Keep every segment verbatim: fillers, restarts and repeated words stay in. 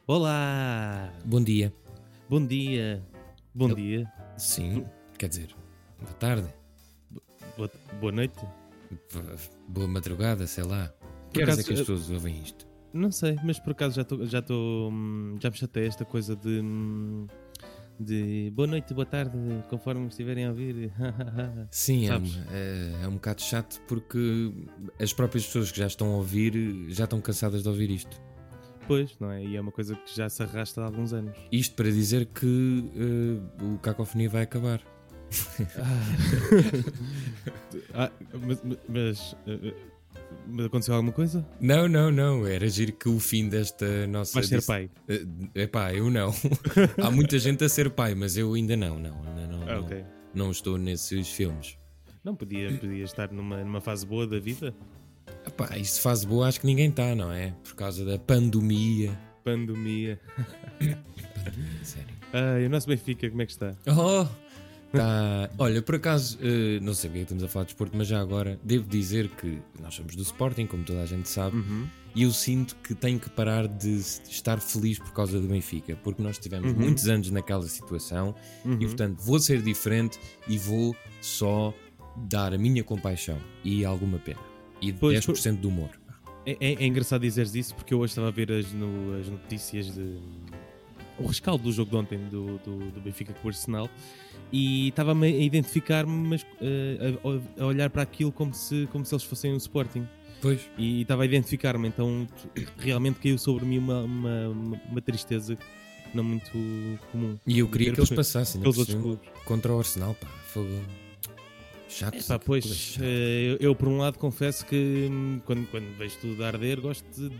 Olá! Bom dia. Bom dia! Bom Eu- dia! Sim, quer dizer, boa tarde, Boa, boa noite! v- boa madrugada, sei lá. Por Quer dizer acaso, que as eu- pessoas ouvem isto? Não sei, mas por acaso já estou. Já, tô, hum, já me chatei esta coisa de. hum, de boa noite, boa tarde, conforme estiverem a ouvir. Sim, é um, Sabes? é, é um bocado chato porque as próprias pessoas que já estão a ouvir já estão cansadas de ouvir isto. Pois, não é? E é uma coisa que já se arrasta há alguns anos. Isto para dizer que eh, o Cacofonia vai acabar. Ah, mas. mas, eh, mas aconteceu alguma coisa? Não, não, não. Era giro que o fim desta nossa. Vais ser dis- pai. Eh, epá, eu não. Há muita gente a ser pai, mas eu ainda não, não. Ainda não, Ah, não, ok. não estou nesses filmes. Não, podia, podia estar numa, numa fase boa da vida. Epá, isso faz boa, acho que ninguém está, não é? Por causa da pandemia. Pandemia. Sério. Ah, e o nosso Benfica, como é que está? Oh! Tá. Olha, por acaso, eh, não sabia que estamos a falar de desporto, mas já agora devo dizer que nós somos do Sporting, como toda a gente sabe, Uhum. e eu sinto que tenho que parar de estar feliz por causa do Benfica, porque nós tivemos Uhum. muitos anos naquela situação Uhum. e, portanto, vou ser diferente e vou só dar a minha compaixão e alguma pena. E Pois, dez por cento de humor. É, é- é engraçado dizeres isso porque eu hoje estava a ver as, no- as notícias de o rescaldo do jogo de ontem do, do, do Benfica com o Arsenal e estava-me a identificar-me, mas eh, a, a olhar para aquilo como se, como se eles fossem um Sporting Pois. e estava a identificar-me, então t- realmente caiu sobre mim uma, uma, uma- uma tristeza não muito comum. E eu de queria ter que eles pe- passassem, pelos não outros percebo, clubes. contra o Arsenal, pá. Fogo. Chato. É, pá, aquilo pois, é chato. eh, eu, eu, por um lado confesso que hum, quando, quando vejo tudo a arder gosto de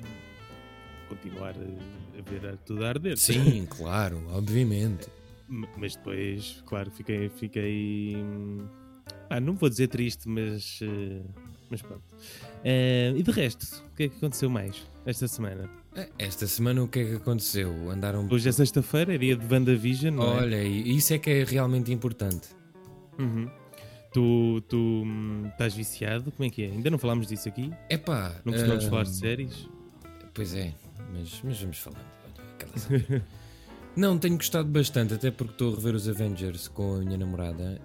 continuar a, a ver tudo a arder. Sim, claro, obviamente. M- Mas depois, claro, fiquei. fiquei hum, ah, não vou dizer triste, mas. eh, mas pronto. Eh, e de resto, o que é que aconteceu mais esta semana? Esta semana o que é que aconteceu? Andaram. Hoje é sexta-feira, é dia de WandaVision, não é? Olha, e isso é que é realmente importante. Uhum. Tu, tu hum, estás viciado? Como é que é? Ainda não falámos disso aqui? Epá. Não costumamos ah, falar de séries? Pois é, mas, mas vamos falando. Olha, aquela série. Não, tenho gostado bastante, até porque estou a rever os Avengers com a minha namorada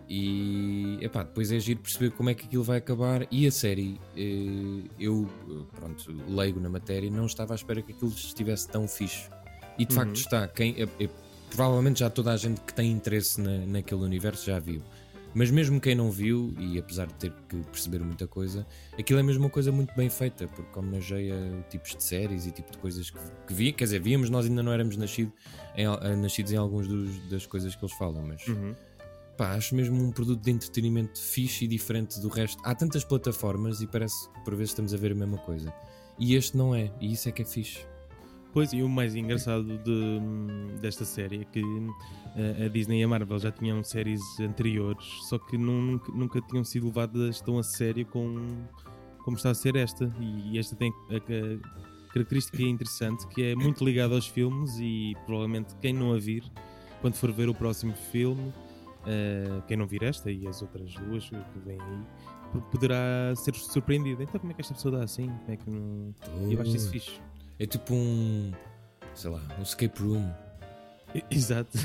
e epá, depois é giro perceber como é que aquilo vai acabar. E a série, eh, eu, eh, pronto, leigo na matéria, não estava à espera que aquilo estivesse tão fixe. E de Uhum. facto está. Quem, eh, eh, provavelmente já toda a gente que tem interesse na, naquele universo já viu. Mas mesmo quem não viu, e apesar de ter que perceber muita coisa, aquilo é mesmo uma coisa muito bem feita, porque homenageia tipos de séries e tipo de coisas que, que vi, quer dizer, víamos, nós ainda não éramos nascido em, al- eh, nascidos em alguns dos, das coisas que eles falam, mas Uhum. pá, acho mesmo um produto de entretenimento fixe e diferente do resto. Há tantas plataformas e parece que por vezes estamos a ver a mesma coisa. E este não é, e isso é que é fixe. Pois, e o mais engraçado de- desta série é que eh, a Disney e a Marvel já tinham séries anteriores, só que nu- nunca, nunca tinham sido levadas tão a sério com, como está a ser esta. E esta tem a, a característica interessante que é muito ligada aos filmes e provavelmente quem não a vir, quando for ver o próximo filme, eh, quem não vir esta e as outras duas que vêm aí, poderá ser surpreendido. Então como é que esta pessoa dá assim? Como é que não... E eu acho isso fixe. É tipo um, sei lá, um escape room. E- Exato.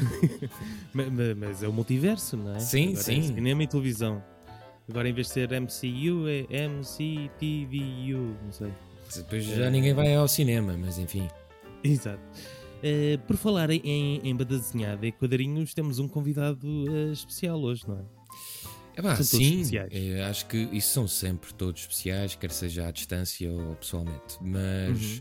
Ma- ma- Mas é o multiverso, não é? Sim, Agora sim. É cinema e televisão. Agora em vez de ser M C U é M C T V U. Não sei. Depois já ninguém vai ao cinema, mas enfim. Exato. Eh, por falar em, em, em banda desenhada e quadrinhos, temos um convidado eh, especial hoje, não é? É pá, São todos sim, especiais. eh, acho que isso são sempre todos especiais, quer seja à distância ou pessoalmente, mas Uhum.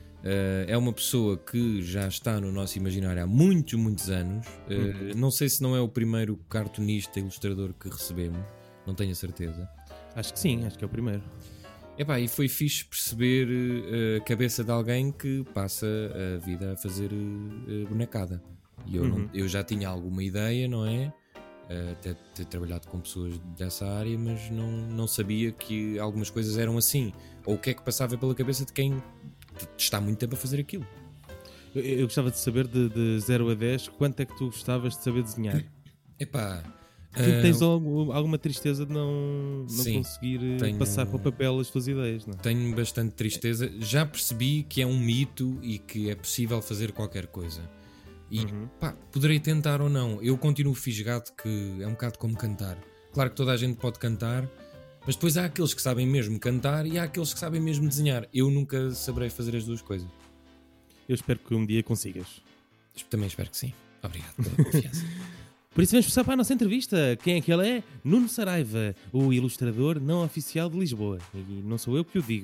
eh, é uma pessoa que já está no nosso imaginário há muitos, muitos anos. Eh, Uhum. Não sei se não é o primeiro cartunista, ilustrador que recebemos, não tenho a certeza. Acho que sim, acho que é o primeiro. Epá, e foi fixe perceber eh, a cabeça de alguém que passa a vida a fazer eh, bonecada. E eu, não- Uhum. eu já tinha alguma ideia, não é? Eh, até ter trabalhado com pessoas dessa área, mas não, não sabia que algumas coisas eram assim. Ou o que é que passava pela cabeça de quem t- está muito tempo a fazer aquilo. Eu, eu gostava de saber de, de zero a dez quanto é que tu gostavas de saber desenhar. Epá, Tu tens algum, alguma tristeza de não, não Sim, conseguir tenho- passar para o papel as tuas ideias, não é? Tenho bastante tristeza. Já percebi que é um mito e que é possível fazer qualquer coisa. E Uhum. pá, poderei tentar ou não. Eu continuo fisgado que é um bocado como cantar. Claro que toda a gente pode cantar, mas depois há aqueles que sabem mesmo cantar e há aqueles que sabem mesmo desenhar. Eu nunca saberei fazer as duas coisas. Eu espero que um dia consigas. Também espero que sim. Obrigado pela confiança. Por isso vamos passar para a nossa entrevista. Quem é que ele é? Nuno Saraiva, o ilustrador não oficial de Lisboa. E não sou eu que o digo.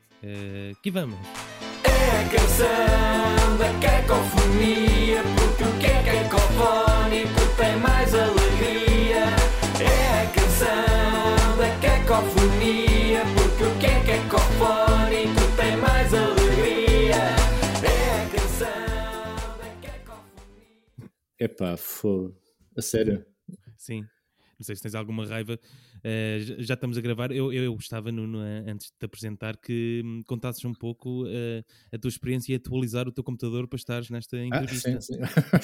Uh, aqui vamos. É a canção da cacofonia, porque o que é cacofónico tem mais alegria. É a canção da cacofonia, porque o que é cacofónico tem mais alegria. É a canção da cacofonia. Epá, fogo. A sério? Sim. Não sei se tens alguma raiva. Uh, já- já estamos a gravar. Eu, eu, eu gostava, Nuno, uh, antes de te apresentar, que hum, contasses um pouco uh, a tua experiência e atualizar o teu computador para estares nesta Ah, entrevista. sim, sim.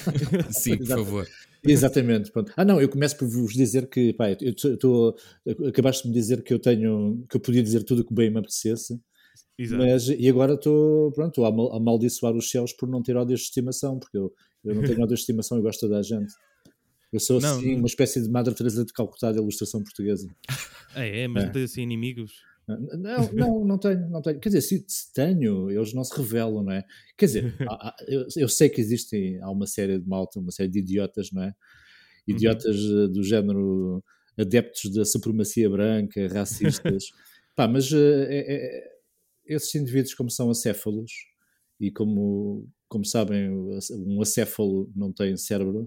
Sim, por Exato. favor. Exatamente. Pronto. Ah, não, eu começo por vos dizer que, pá, eu estou. Acabaste de me dizer que eu tenho. Que eu podia dizer tudo o que bem me apetecesse. Exato. Mas, e agora estou, pronto, estou a amal- a amaldiçoar os céus por não ter ódios de estimação, porque eu, eu não tenho ódios de estimação e gosto de toda a gente. Eu sou Não, assim, não. uma espécie de Madre Teresa de Calcutá da ilustração portuguesa. Ah, é? Mas É. não tens assim inimigos? Não, não, não tenho, não tenho. Quer dizer, se, se tenho, eles não se revelam, não é? Quer dizer, há- há- eu, eu sei que existem, há uma série de malta, uma série de idiotas, não é? Idiotas eh, do género adeptos da supremacia branca, racistas. Pá, mas eh, é- é- esses indivíduos, como são acéfalos, e como, como sabem, um acéfalo não tem cérebro,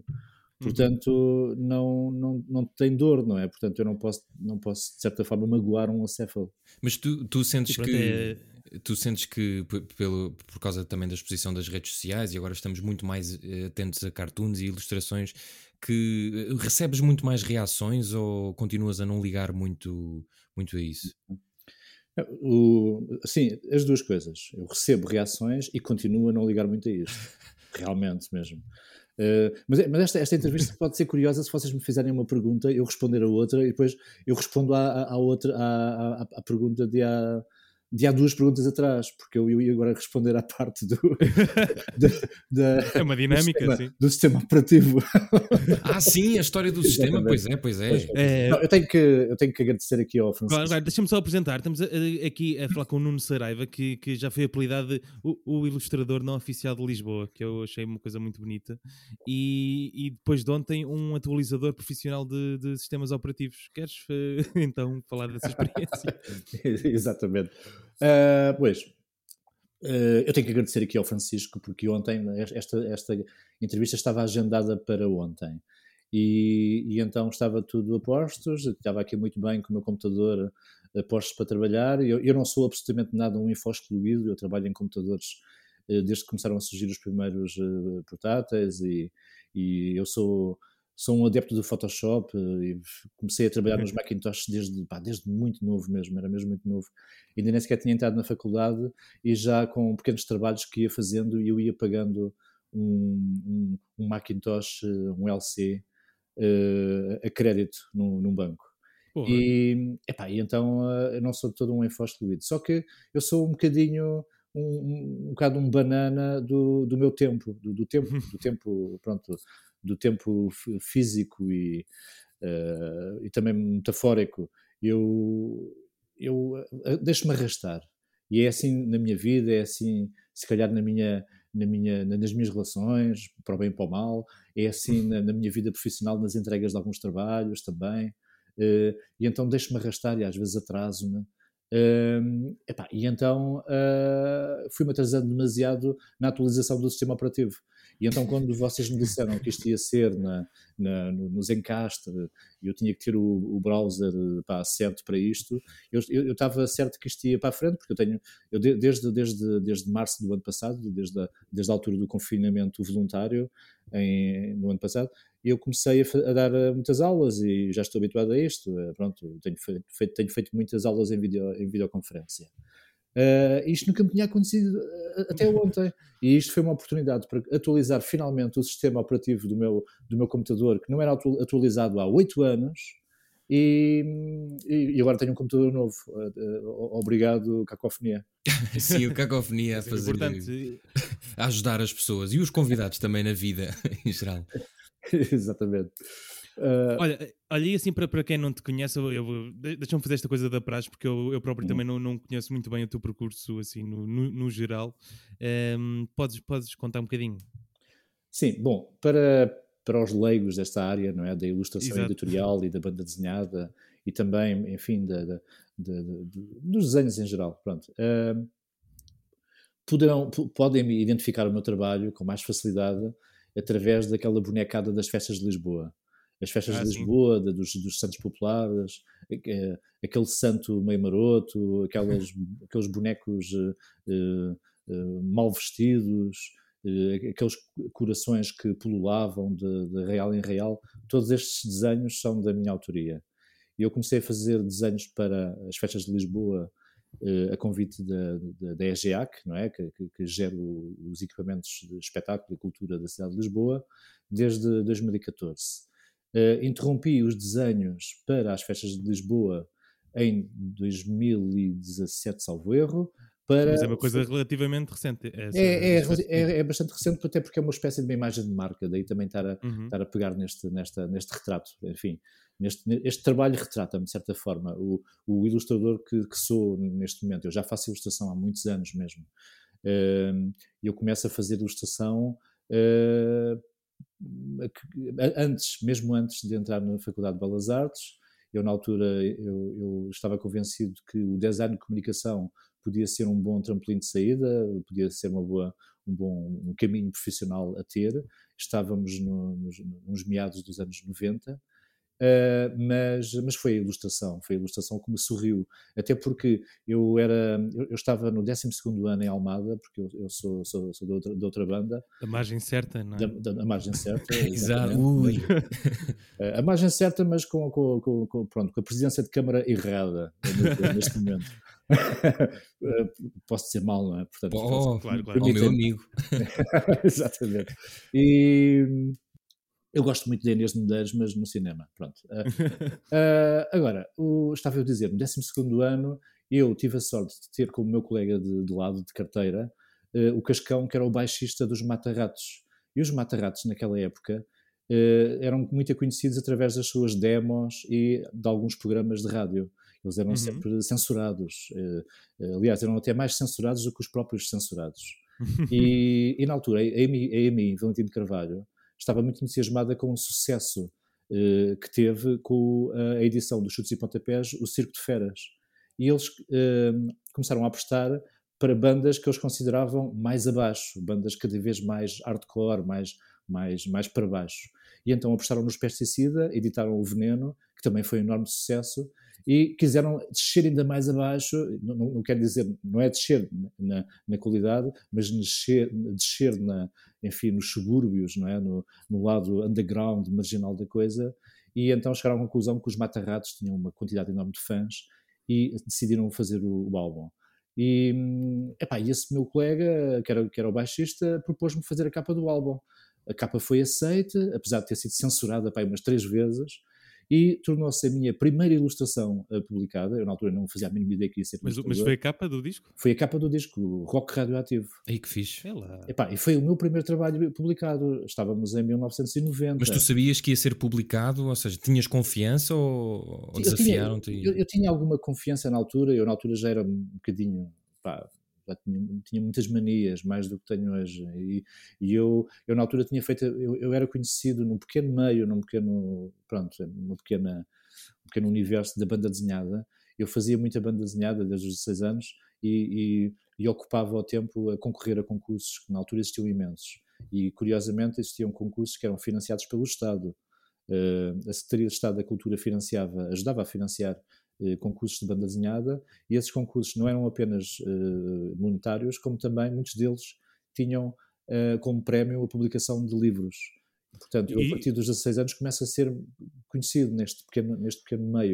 portanto não, não, não tem dor, não é? Portanto eu não posso, não posso de certa forma magoar um acéfalo. Mas tu, tu sentes E pronto, que tu sentes que p- pelo, por causa também da exposição das redes sociais, e agora estamos muito mais eh, atentos a cartoons e ilustrações, que eh, recebes muito mais reações ou continuas a não ligar muito, muito a isso? O, sim, as duas coisas. Eu recebo reações e continuo a não ligar muito a isto. Realmente mesmo. Uh, mas é- mas esta, esta entrevista pode ser curiosa se vocês me fizerem uma pergunta, eu responder a outra e depois eu respondo à, à, à outra, à, à, à pergunta de há, de há duas perguntas atrás, porque eu, eu ia agora responder à parte do, da, da- É uma dinâmica, do, sistema, sim. do sistema operativo. Ah, sim, a história do sistema, Exatamente. pois é, pois é. Pois, É, Não, eu, tenho que, eu tenho que agradecer aqui ao Francisco. Claro, claro, deixa-me só apresentar. Estamos a- a- aqui a falar com o Nuno Saraiva, que, que já foi apelidado de o, o ilustrador não oficial de Lisboa, que eu achei uma coisa muito bonita. E, e depois de ontem, um atualizador profissional de, de sistemas operativos. Queres eh, então falar dessa experiência? Exatamente. Uh, pois, uh, eu tenho que agradecer aqui ao Francisco, porque ontem, esta, esta entrevista estava agendada para ontem. E, e então estava tudo a postos, estava aqui muito bem com o meu computador a postos para trabalhar. Eu, eu não sou absolutamente nada um info-excluído, eu trabalho em computadores uh, desde que começaram a surgir os primeiros uh, portáteis e, e eu sou... Sou um adepto do Photoshop e comecei a trabalhar nos Macintosh desde, pá, desde muito novo mesmo, era mesmo muito novo. Ainda nem sequer tinha entrado na faculdade e já com pequenos trabalhos que ia fazendo e eu ia pagando um, um, um Macintosh, um L C, uh, a crédito num, num banco. Porra. E, epá, e então uh, eu não sou todo um info-excluído, só que eu sou um bocadinho... Um, um, um bocado um banana do, do meu tempo, do, do tempo, do tempo, pronto, do tempo físico e, uh, e também metafórico. Eu, eu uh, deixo-me arrastar. E é assim na minha vida, é assim, se calhar, na minha, na minha, nas minhas relações, para o bem e para o mal, é assim na, na minha vida profissional, nas entregas de alguns trabalhos também. Uh, e então deixo-me arrastar e às vezes atraso-me. Uh, epá, e então uh, fui-me atrasando demasiado na atualização do sistema operativo. E então quando vocês me disseram que isto ia ser na, na, no, nos encastre e eu tinha que ter o, o browser pá, certo para isto, eu, eu, eu estava certo que isto ia para a frente, porque eu tenho, eu de, desde, desde, desde março do ano passado, desde a, desde a altura do confinamento voluntário em, no ano passado, eu comecei a, a dar muitas aulas e já estou habituado a isto. Pronto, tenho feito, tenho feito muitas aulas em, video, em videoconferência. Uh, isto nunca me tinha acontecido uh, até ontem. E isto foi uma oportunidade para atualizar finalmente o sistema operativo do meu, do meu computador, que não era atualizado há oito anos, e, e agora tenho um computador novo. Uh, uh, obrigado, Cacofonia. Sim, o Cacofonia a fazer, importante. a ajudar as pessoas e os convidados também na vida, em geral. Exatamente. Uh, olha, olha, e assim para, para quem não te conhece, eu, eu, deixa-me fazer esta coisa da praxe, porque eu, eu próprio hum. também não, não conheço muito bem o teu percurso assim no, no, no geral. Um, podes, podes contar um bocadinho? Sim, bom, para, para os leigos desta área, não é, da ilustração Exato. editorial e da banda desenhada e também, enfim, da, da, da, da, dos desenhos em geral, pronto. Uh, poderão, podem identificar o meu trabalho com mais facilidade através daquela bonecada das festas de Lisboa. As festas ah, de Lisboa, de, dos, dos santos populares, é, aquele santo meio maroto, aquelas, aqueles bonecos uh, uh, mal vestidos, uh, aqueles corações que pululavam de, de real em real, todos estes desenhos são da minha autoria. E eu comecei a fazer desenhos para as festas de Lisboa uh, a convite da, da, da E G A C, não é? que, que, que gera os equipamentos de espetáculo e cultura da cidade de Lisboa, desde dois mil e catorze. Uh, interrompi os desenhos para as festas de Lisboa em dois mil e dezassete, salvo erro. Para... Mas é uma coisa relativamente recente. Essa, é, é, é, é bastante recente, até porque é uma espécie de uma imagem de marca, daí também estar a, uhum. estar a pegar neste, nesta, neste retrato. Enfim, neste, este trabalho retrata-me, de certa forma, o, o ilustrador que, que sou neste momento. Eu já faço ilustração há muitos anos mesmo. Uh, eu começo a fazer ilustração... Uh, antes, mesmo antes de entrar na Faculdade de Belas Artes, eu na altura eu, eu estava convencido que o design de comunicação podia ser um bom trampolim de saída, podia ser uma boa, um bom um caminho profissional a ter. Estávamos no, nos, nos meados dos anos noventa, Uh, mas, mas foi a ilustração, foi a ilustração que me sorriu, até porque eu era, eu, eu estava no décimo segundo ano em Almada, porque eu, eu sou, sou, sou de, outra, de outra banda. A margem certa, não é? Da, da, a margem certa, exato. Ui. A margem certa, mas com, com, com, com, pronto, com a presidência de Câmara errada neste momento. Posso dizer mal, não é? Portanto, oh, claro, claro. O meu amigo. Exatamente. E... eu gosto muito de Inês de Medeiros, mas no cinema, pronto. Uh, uh, agora, o, estava eu a dizer, no décimo segundo ano, eu tive a sorte de ter como meu colega de, de lado, de carteira, uh, o Cascão, que era o baixista dos Mata-Ratos. E os Mata-Ratos, naquela época, uh, eram muito conhecidos através das suas demos e de alguns programas de rádio. Eles eram uhum. sempre censurados. Uh, aliás, eram até mais censurados do que os próprios censurados. e, e na altura, a Amy, a Amy Valentino Carvalho estava muito entusiasmada com o sucesso uh, que teve com a edição dos Chutes e Pontapés, o Circo de Feras. E eles uh, começaram a apostar para bandas que eles consideravam mais abaixo, bandas cada vez mais hardcore, mais, mais, mais para baixo. E então apostaram nos Pesticida, editaram o Veneno, que também foi um enorme sucesso, e quiseram descer ainda mais abaixo, não, não, não quer dizer, não é descer na, na qualidade, mas descer, descer na, enfim, nos subúrbios, não é? no, no lado underground, marginal da coisa, e então chegaram à conclusão que os Mata-Ratos tinham uma quantidade enorme de fãs e decidiram fazer o, o álbum. E, epá, e esse meu colega, que era, que era o baixista, propôs-me fazer a capa do álbum. A capa foi aceita, apesar de ter sido censurada pá, umas três vezes, e tornou-se a minha primeira ilustração uh, publicada. Eu na altura não fazia a mínima ideia que ia ser mas, mas foi a capa do disco? Foi a capa do disco, o Rock Radioativo. Aí que fixe. Epá, e foi o meu primeiro trabalho publicado. Estávamos em mil novecentos e noventa. Mas tu sabias que ia ser publicado? Ou seja, tinhas confiança ou, ou desafiaram-te? Eu, eu, eu tinha alguma confiança na altura. Eu na altura já era um bocadinho... Pá, já tinha, tinha muitas manias, mais do que tenho hoje, e, e eu, eu na altura tinha feito, eu, eu era conhecido num pequeno meio, num pequeno, pronto, numa pequena, um pequeno universo da banda desenhada. Eu fazia muita banda desenhada desde os dezesseis anos e, e, e ocupava o tempo a concorrer a concursos que na altura existiam imensos, e curiosamente existiam concursos que eram financiados pelo Estado. Uh, a Secretaria de Estado da Cultura financiava, ajudava a financiar concursos de banda desenhada, e esses concursos não eram apenas uh, monetários, como também muitos deles tinham uh, como prémio a publicação de livros. Portanto, eu, a partir dos dezesseis anos começo a ser conhecido neste pequeno, neste pequeno meio,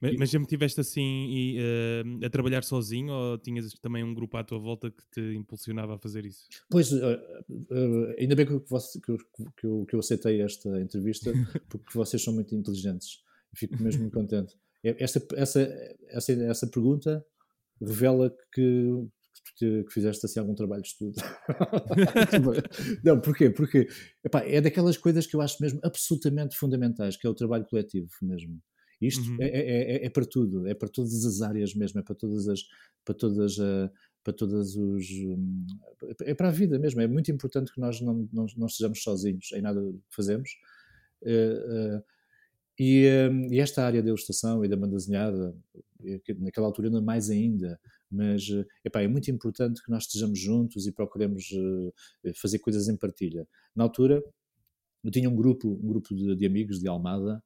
Mas, mas sempre estiveste assim e, uh, a trabalhar sozinho ou tinhas também um grupo à tua volta que te impulsionava a fazer isso? Pois, uh, uh, ainda bem que, você, que, eu, que, eu, que eu aceitei esta entrevista, porque vocês são muito inteligentes. Fico mesmo muito contente. Esta, essa, essa, essa pergunta revela que, que, que fizeste assim algum trabalho de estudo. Não, porquê? Porque epá, é daquelas coisas que eu acho mesmo absolutamente fundamentais, que é o trabalho coletivo mesmo. Isto uhum. é, é, é, é para tudo, é para todas as áreas mesmo, é para todas as, para todas, uh, para todas os, um, é para a vida mesmo. É muito importante que nós não, não, não estejamos sozinhos em nada que fazemos. Uh, uh, e, um, e esta área da ilustração e da banda desenhada, naquela altura ainda mais ainda, mas epá, é muito importante que nós estejamos juntos e procuremos uh, fazer coisas em partilha. Na altura eu tinha um grupo, um grupo de, de amigos de Almada.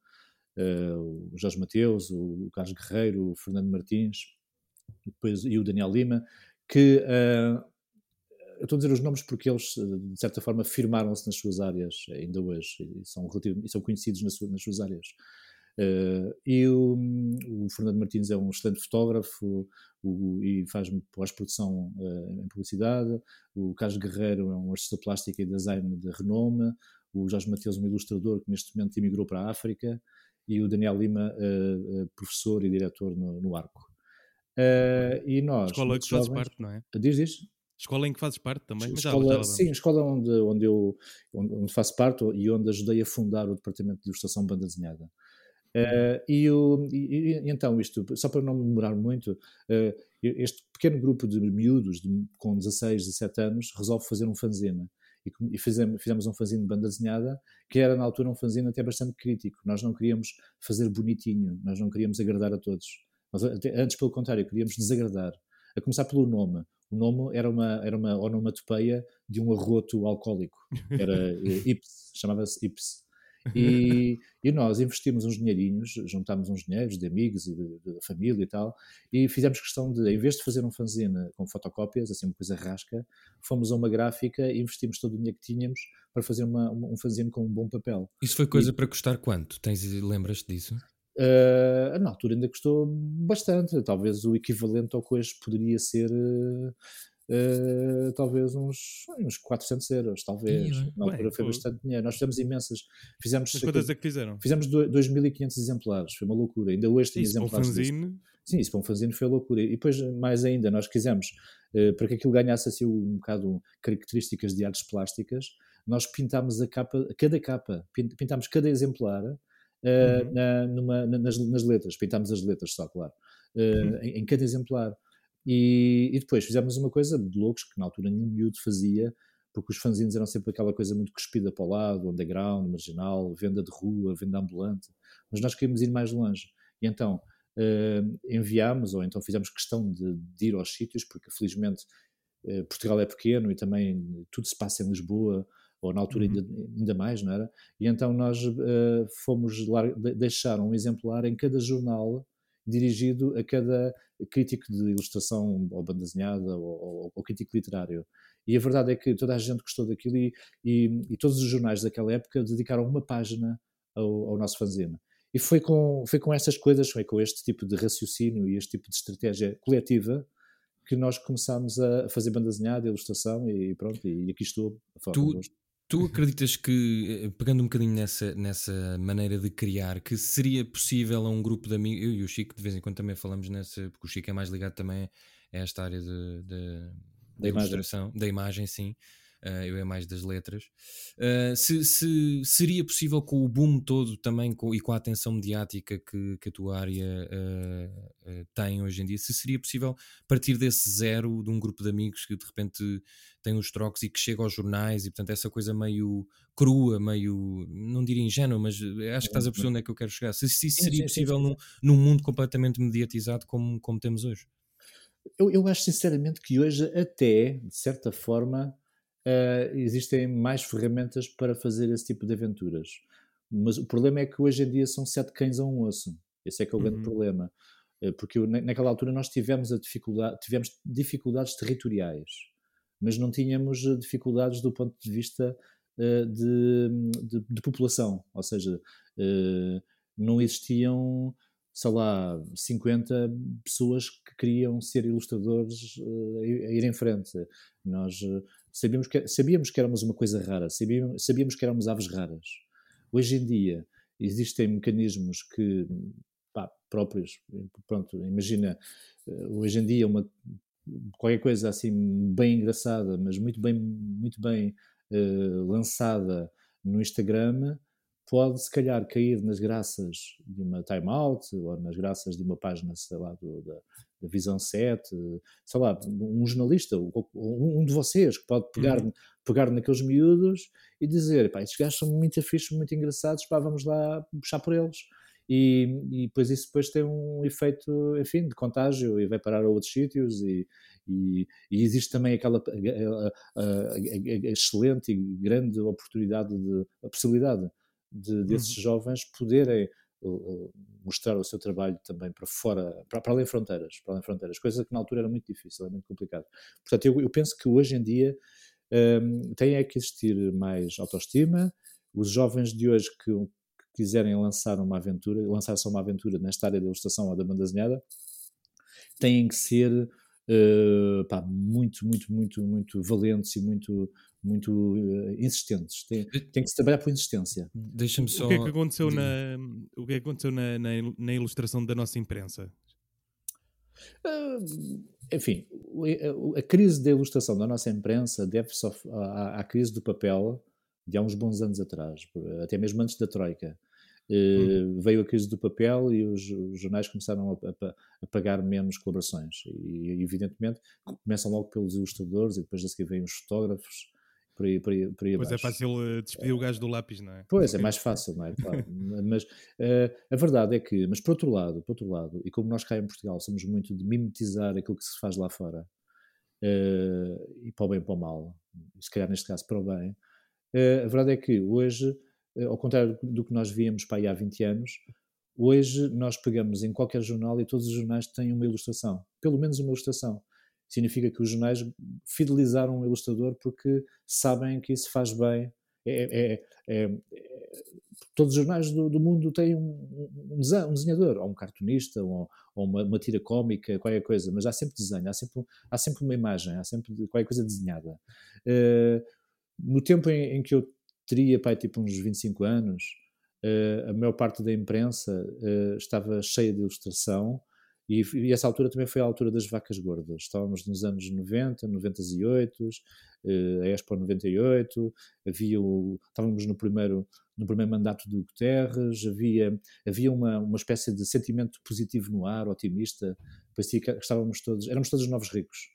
Uh, o Jorge Mateus, o, o Carlos Guerreiro, o Fernando Martins e, depois, e o Daniel Lima, que uh, eu estou a dizer os nomes porque eles de certa forma firmaram-se nas suas áreas ainda hoje e são, e são conhecidos nas, su, nas suas áreas. Uh, e o, o Fernando Martins é um excelente fotógrafo o, e faz pós-produção uh, em publicidade. O Carlos Guerreiro é um artista plástico e design de renome. O Jorge Mateus, um ilustrador que neste momento emigrou para a África. E o Daniel Lima, uh, uh, professor e diretor no, no Arco. Uh, e nós, escola que fazes parte, não é? Diz, diz? Escola em que fazes parte também? Mas escola, já, já sim, escola onde, onde eu onde, onde faço parte e onde ajudei a fundar o Departamento de Ilustração Banda Desenhada. Uh, e, o, e, e então isto, só para não me demorar muito, uh, este pequeno grupo de miúdos de, com dezasseis, dezassete anos resolve fazer um fanzine. E fizemos, fizemos um fanzine de banda desenhada, que era na altura um fanzine até bastante crítico. Nós não queríamos fazer bonitinho, nós não queríamos agradar a todos. Nós, até, antes, pelo contrário, queríamos desagradar. A começar pelo nome. O nome era uma, era uma onomatopeia de um arroto alcoólico. Era Ips, chamava-se Ips. E, e nós investimos uns dinheirinhos, juntámos uns dinheiros de amigos e de, de família e tal, e fizemos questão de, em vez de fazer um fanzine com fotocópias, assim uma coisa rasca, fomos a uma gráfica e investimos todo o dinheiro que tínhamos para fazer uma, um fanzine com um bom papel. Isso foi coisa e, para custar quanto? Tens, lembras-te disso? Uh, na altura ainda custou bastante, talvez o equivalente ao que hoje poderia ser... Uh, Uh, talvez uns, uns quatrocentos euros, talvez. Sim, na altura bem, foi pô. bastante dinheiro. Nós fizemos imensas. Fizemos, Mas quantas é que fizeram? Fizemos dois mil e quinhentos exemplares, foi uma loucura. Ainda hoje tem exemplares disso. Sim, isso para um fanzine foi loucura. E depois, mais ainda, nós quisemos, uh, para que aquilo ganhasse assim um bocado características de artes plásticas, nós pintámos a capa, cada capa, pintámos cada exemplar uh, uhum. na, numa, nas, nas letras, pintámos as letras só, claro, uh, uhum. em, em cada exemplar. E, e depois fizemos uma coisa de loucos que na altura nenhum miúdo fazia, porque os fanzines eram sempre aquela coisa muito cuspida para o lado, underground, marginal, venda de rua, venda ambulante, mas nós queríamos ir mais longe. E então uh, enviámos, ou então fizemos questão de, de ir aos sítios, porque felizmente uh, Portugal é pequeno e também tudo se passa em Lisboa, ou na altura uhum. ainda, ainda mais, não era? E então nós uh, fomos lá, deixar um exemplar em cada jornal dirigido a cada crítico de ilustração ou banda desenhada ou, ou, ou crítico literário. E a verdade é que toda a gente gostou daquilo e, e, e todos os jornais daquela época dedicaram uma página ao, ao nosso fanzine. E foi com, foi com estas coisas, foi com este tipo de raciocínio e este tipo de estratégia coletiva que nós começámos a fazer banda desenhada, ilustração e pronto, e aqui estou. A tu, tu acreditas que, pegando um bocadinho nessa, nessa maneira de criar, que seria possível a um grupo de amigos, eu e o Chico de vez em quando também falamos nessa, porque o Chico é mais ligado também a esta área de, de, da ilustração, da imagem, sim, uh, eu é mais das letras, uh, se, se seria possível com o boom todo também com, e com a atenção mediática que, que a tua área uh, uh, tem hoje em dia, se seria possível partir desse zero de um grupo de amigos que de repente tem os trocos e que chega aos jornais e portanto essa coisa meio crua, meio, não diria ingênua, mas acho que estás a perceber onde é que eu quero chegar, se, se isso seria sim, sim, possível sim, sim. Num, num mundo completamente mediatizado como, como temos hoje. Eu, eu acho sinceramente que hoje até, de certa forma, uh, existem mais ferramentas para fazer esse tipo de aventuras. Mas o problema é que hoje em dia são sete cães a um osso. Esse é que é o uhum. grande problema. Uh, porque eu, naquela altura nós tivemos, a dificuldade, tivemos dificuldades territoriais, mas não tínhamos dificuldades do ponto de vista uh, de, de, de população. Ou seja, uh, não existiam... sei lá, cinquenta pessoas que queriam ser ilustradores uh, a ir em frente. Nós uh, sabíamos, que, sabíamos que éramos uma coisa rara, sabíamos, sabíamos que éramos aves raras. Hoje em dia existem mecanismos que, pá, próprios, pronto, imagina, uh, hoje em dia uma, qualquer coisa assim bem engraçada, mas muito bem, muito bem uh, lançada no Instagram, pode se calhar cair nas graças de uma Time Out ou nas graças de uma página, sei lá, do, da, da Visão sete, sei lá, um jornalista, ou, ou um de vocês que pode pegar, uhum. pegar naqueles miúdos e dizer, pá, estes gajos são muito fixos, muito engraçados, pá, vamos lá puxar por eles. E, e depois isso depois tem um efeito, enfim, de contágio e vai parar a outros sítios e, e, e existe também aquela a, a, a, a excelente e grande oportunidade, de, a possibilidade de, desses uhum. jovens poderem uh, mostrar o seu trabalho também para fora, para, para além fronteiras, para além fronteiras, coisa que na altura era muito difícil, era muito complicado. Portanto, eu, eu penso que hoje em dia um, tem é que existir mais autoestima. Os jovens de hoje que, que quiserem lançar uma aventura, lançar-se uma aventura nesta área da ilustração ou da banda desenhada, têm que ser uh, pá, muito, muito, muito, muito valentes e muito, muito uh, insistentes. Tem, tem que se trabalhar por insistência. Deixa-me só... O que é que aconteceu, na, o que é que aconteceu na, na, na ilustração da nossa imprensa? Uh, enfim, a, a crise da ilustração da nossa imprensa deve-se à, à crise do papel de há uns bons anos atrás, até mesmo antes da Troika. Uh, hum. Veio a crise do papel e os, os jornais começaram a, a, a pagar menos colaborações e, evidentemente, começam logo pelos ilustradores e depois a seguir vêm os fotógrafos, por aí, por aí, por aí Pois abaixo. É fácil uh, despedir uh, o gajo do lápis, não é? Pois, é mais fácil, não é? Claro. Mas uh, a verdade é que, mas por outro lado, por outro lado, e como nós cá em Portugal somos muito de mimetizar aquilo que se faz lá fora, uh, e para o bem e para o mal, se calhar neste caso para o bem, uh, a verdade é que hoje, ao contrário do que nós víamos para aí há vinte anos, hoje nós pegamos em qualquer jornal e todos os jornais têm uma ilustração, pelo menos uma ilustração. Significa que os jornais fidelizaram o ilustrador porque sabem que isso faz bem. É, é, é, é, todos os jornais do, do mundo têm um, um, um desenhador, ou um cartunista, ou, ou uma, uma tira cómica, qualquer coisa, mas há sempre desenho, há sempre, há sempre uma imagem, há sempre qualquer coisa desenhada. Uh, no tempo em, em que eu teria, pai, tipo uns vinte e cinco anos, uh, a maior parte da imprensa uh, estava cheia de ilustração e, e essa altura também foi a altura das vacas gordas. Estávamos nos anos noventa, noventa e oito, uh, a Expo noventa e oito, havia o, estávamos no primeiro, no primeiro mandato do Guterres, havia, havia uma, uma espécie de sentimento positivo no ar, otimista, parecia que estávamos todos, éramos todos novos ricos.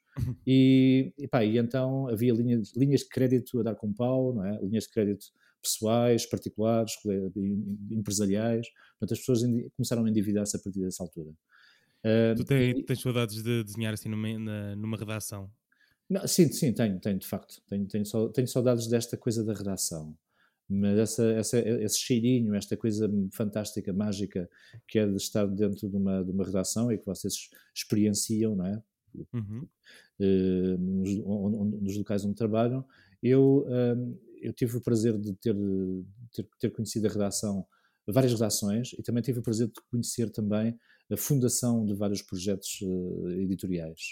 E, e, pá, e então havia linhas, linhas de crédito a dar com pau, não é? Linhas de crédito pessoais, particulares, empresariais. Portanto, as pessoas começaram a endividar-se a partir dessa altura. Uh, tu tens, e, tens saudades de desenhar assim numa, na, numa redação? Não, sim, sim, tenho, tenho de facto. Tenho, tenho, só, tenho saudades desta coisa da redação. Mas essa, essa, esse cheirinho, esta coisa fantástica, mágica, que é de estar dentro de uma, de uma redação e que vocês experienciam, não é? Uhum. Uh, nos, onde, nos locais onde trabalham, eu, uh, eu tive o prazer de ter, ter, ter conhecido a redação, várias redações, e também tive o prazer de conhecer também a fundação de vários projetos uh, editoriais.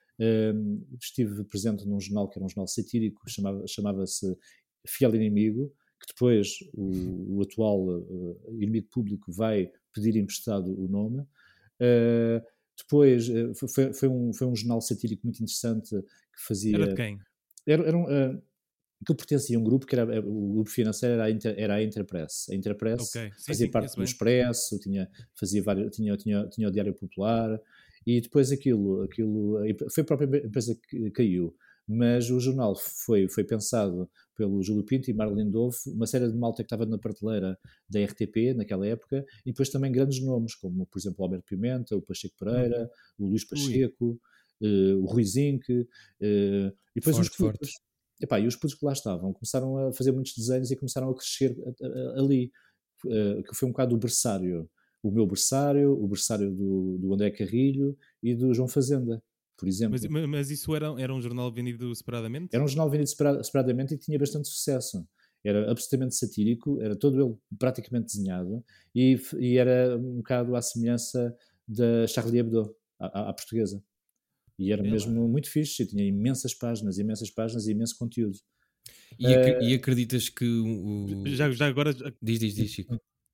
Uh, estive presente num jornal que era um jornal satírico, chamava, chamava-se Fiel Inimigo, que depois o, o atual uh, inimigo público vai pedir emprestado o nome. Uh, Depois foi, foi, um, foi um jornal satírico muito interessante que fazia... Era de quem? Era, era um, uh, que pertencia a um grupo que era... O grupo financeiro era a, Inter, era a Interpress. A Interpress okay. sim, fazia sim, parte do Expresso, tinha, fazia vários, tinha, tinha, tinha o Diário Popular, e depois aquilo... aquilo foi a própria empresa que caiu. Mas o jornal foi, foi pensado pelo Júlio Pinto e Marlene Dove, uma série de malta que estava na prateleira da R T P naquela época, e depois também grandes nomes, como por exemplo o Alberto Pimenta, o Pacheco Pereira, uhum. o Luís Pacheco, uh, o Rui Zinck, uh, e depois forte, os putos, epá, e os putos que lá estavam começaram a fazer muitos desenhos e começaram a crescer a, a, ali, uh, que foi um bocado o berçário, o meu berçário, o berçário do, do André Carrilho e do João Fazenda. Por exemplo. Mas, mas isso era, era um jornal vendido separadamente? Era um jornal vendido separadamente e tinha bastante sucesso. Era absolutamente satírico, era todo ele praticamente desenhado e, e era um bocado à semelhança da Charlie Hebdo, à, à portuguesa. E era É mesmo lá. muito fixe, e tinha imensas páginas, imensas páginas e imenso conteúdo. E, ac- Uh, e acreditas que o. Já, já agora. já- Diz, diz, diz, Chico.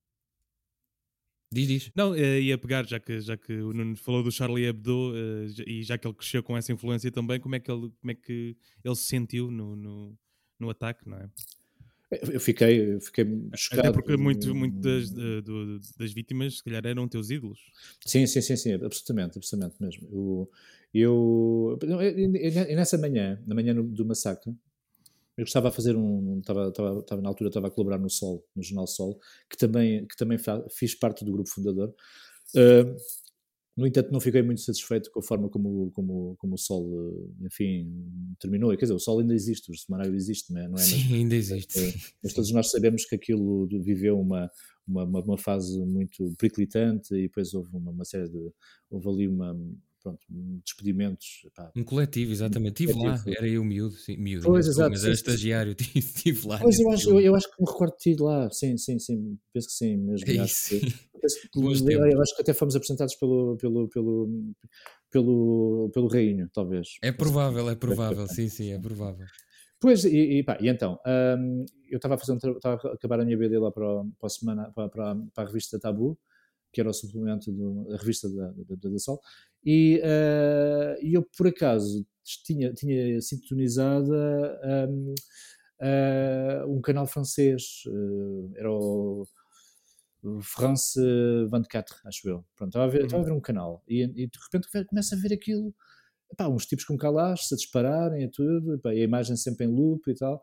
Diz, diz. Não, eh, ia pegar, já que, já que o Nuno falou do Charlie Hebdo eh, já- e já que ele cresceu com essa influência também, como é que ele, como é que ele se sentiu no, no, no ataque, não é? eu fiquei, eu fiquei chocado. Até porque muito, muito das, eh, do- das vítimas, se calhar, eram teus ídolos. Sim, sim, sim, sim, absolutamente, absolutamente mesmo. Eu, eu, não, e- e- e nessa manhã, na manhã no- do massacre, eu estava a fazer um, estava, estava, estava na altura estava a colaborar no Sol, no jornal Sol, que também, que também fa- fiz parte do grupo fundador. Uh, no entanto, não fiquei muito satisfeito com a forma como, como, como o Sol, uh, enfim, terminou. Quer dizer, o Sol ainda existe, o semanário existe, não é? Não é? Sim, Mas, ainda existe. uh, mas todos nós sabemos que aquilo viveu uma, uma, uma, uma fase muito periclitante e depois houve uma, uma série de, houve ali uma, pronto, despedimentos. Pá, Um coletivo, exatamente. Estive lá, coletivo. era eu miúdo, sim, miúdo, Pois, não sou, exato, mas sim, era sim, sim. estagiário, estive lá Pois, nesse eu acho, eu, filme. eu acho que me recordo de ti lá, sim, sim, sim, penso que sim mesmo. É Eu acho isso, que, sim. penso que- Bons eu tempos. acho que até fomos apresentados pelo, pelo, pelo, pelo, pelo Rainho, talvez. É Penso que sim. provável, é provável, sim, sim, é provável. Pois, e, e, pá, e então, hum, eu estava a fazer um tra- estava a acabar a minha B D lá para, o- para, a semana, para, para, para a revista Tabu, que era o suplemento da revista da, da, da Sol, e, uh, e eu por acaso tinha, tinha sintonizado um, uh, um canal francês, uh, era o France vinte-quatro, acho eu. Pronto, estava a ver, estava a Uhum. ver um canal e, e de repente começo a ver aquilo. Epá, uns tipos com calás, a dispararem e tudo, epá, e a imagem sempre em loop e tal,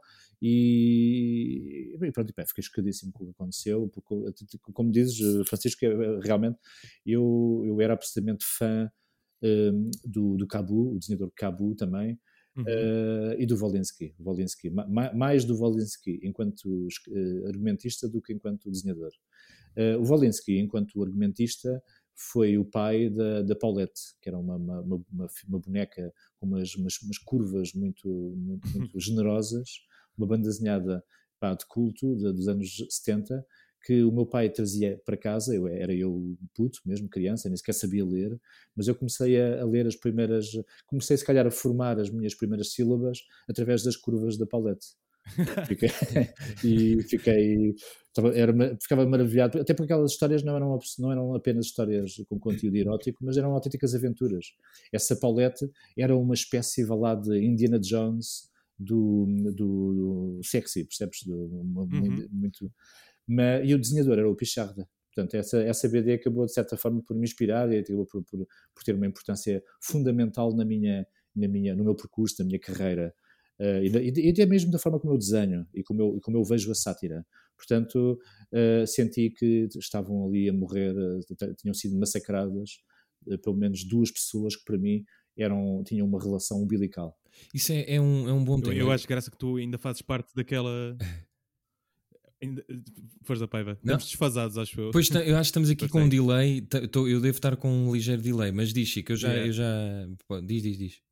e, e pronto, epá, fiquei chocadíssimo com o que aconteceu, porque, como dizes, Francisco, realmente, eu, eu era absolutamente fã um, do, do Cabu, o desenhador Cabu também, Uhum. uh, e do Volinsky, Volinsky, ma, mais do Volinsky enquanto uh, argumentista do que enquanto desenhador. Uh, o Volinsky, enquanto argumentista, foi o pai da, da Paulette, que era uma, uma, uma, uma boneca com umas, umas, umas curvas muito, muito, muito generosas, uma banda desenhada, pá, de culto de, dos anos setenta, que o meu pai trazia para casa. Eu era eu puto mesmo, criança, nem sequer sabia ler, mas eu comecei a, a ler as primeiras, comecei se calhar a formar as minhas primeiras sílabas através das curvas da Paulette. Fiquei, e fiquei, era, ficava maravilhado, até porque aquelas histórias não eram, não eram apenas histórias com conteúdo erótico, mas eram autênticas aventuras. Essa Paulette era uma espécie, vá lá, de Indiana Jones do, do, do sexy, percebes? Do, uma, Uhum. muito, mas, e o desenhador era o Picharda. Portanto, essa, essa B D acabou, de certa forma, por me inspirar e acabou por, por, por ter uma importância fundamental na minha, na minha, no meu percurso, na minha carreira. Uh, e, e até mesmo da forma como eu desenho e como eu, como eu vejo a sátira. Portanto, uh, senti que estavam ali a morrer, uh, tinham sido massacradas uh, pelo menos duas pessoas que para mim eram, tinham uma relação umbilical. Isso é, é, um, é um bom Eu, tema. eu acho, graça, que tu ainda fazes parte daquela. Ainda... Força, Paiva. Não. Estamos desfasados, acho eu. Pois, eu acho que estamos aqui Pois com um tem. delay. T- tô- Eu devo estar com um ligeiro delay, mas diz, Chico, eu já. Yeah. Eu já... Pô, diz, diz, diz.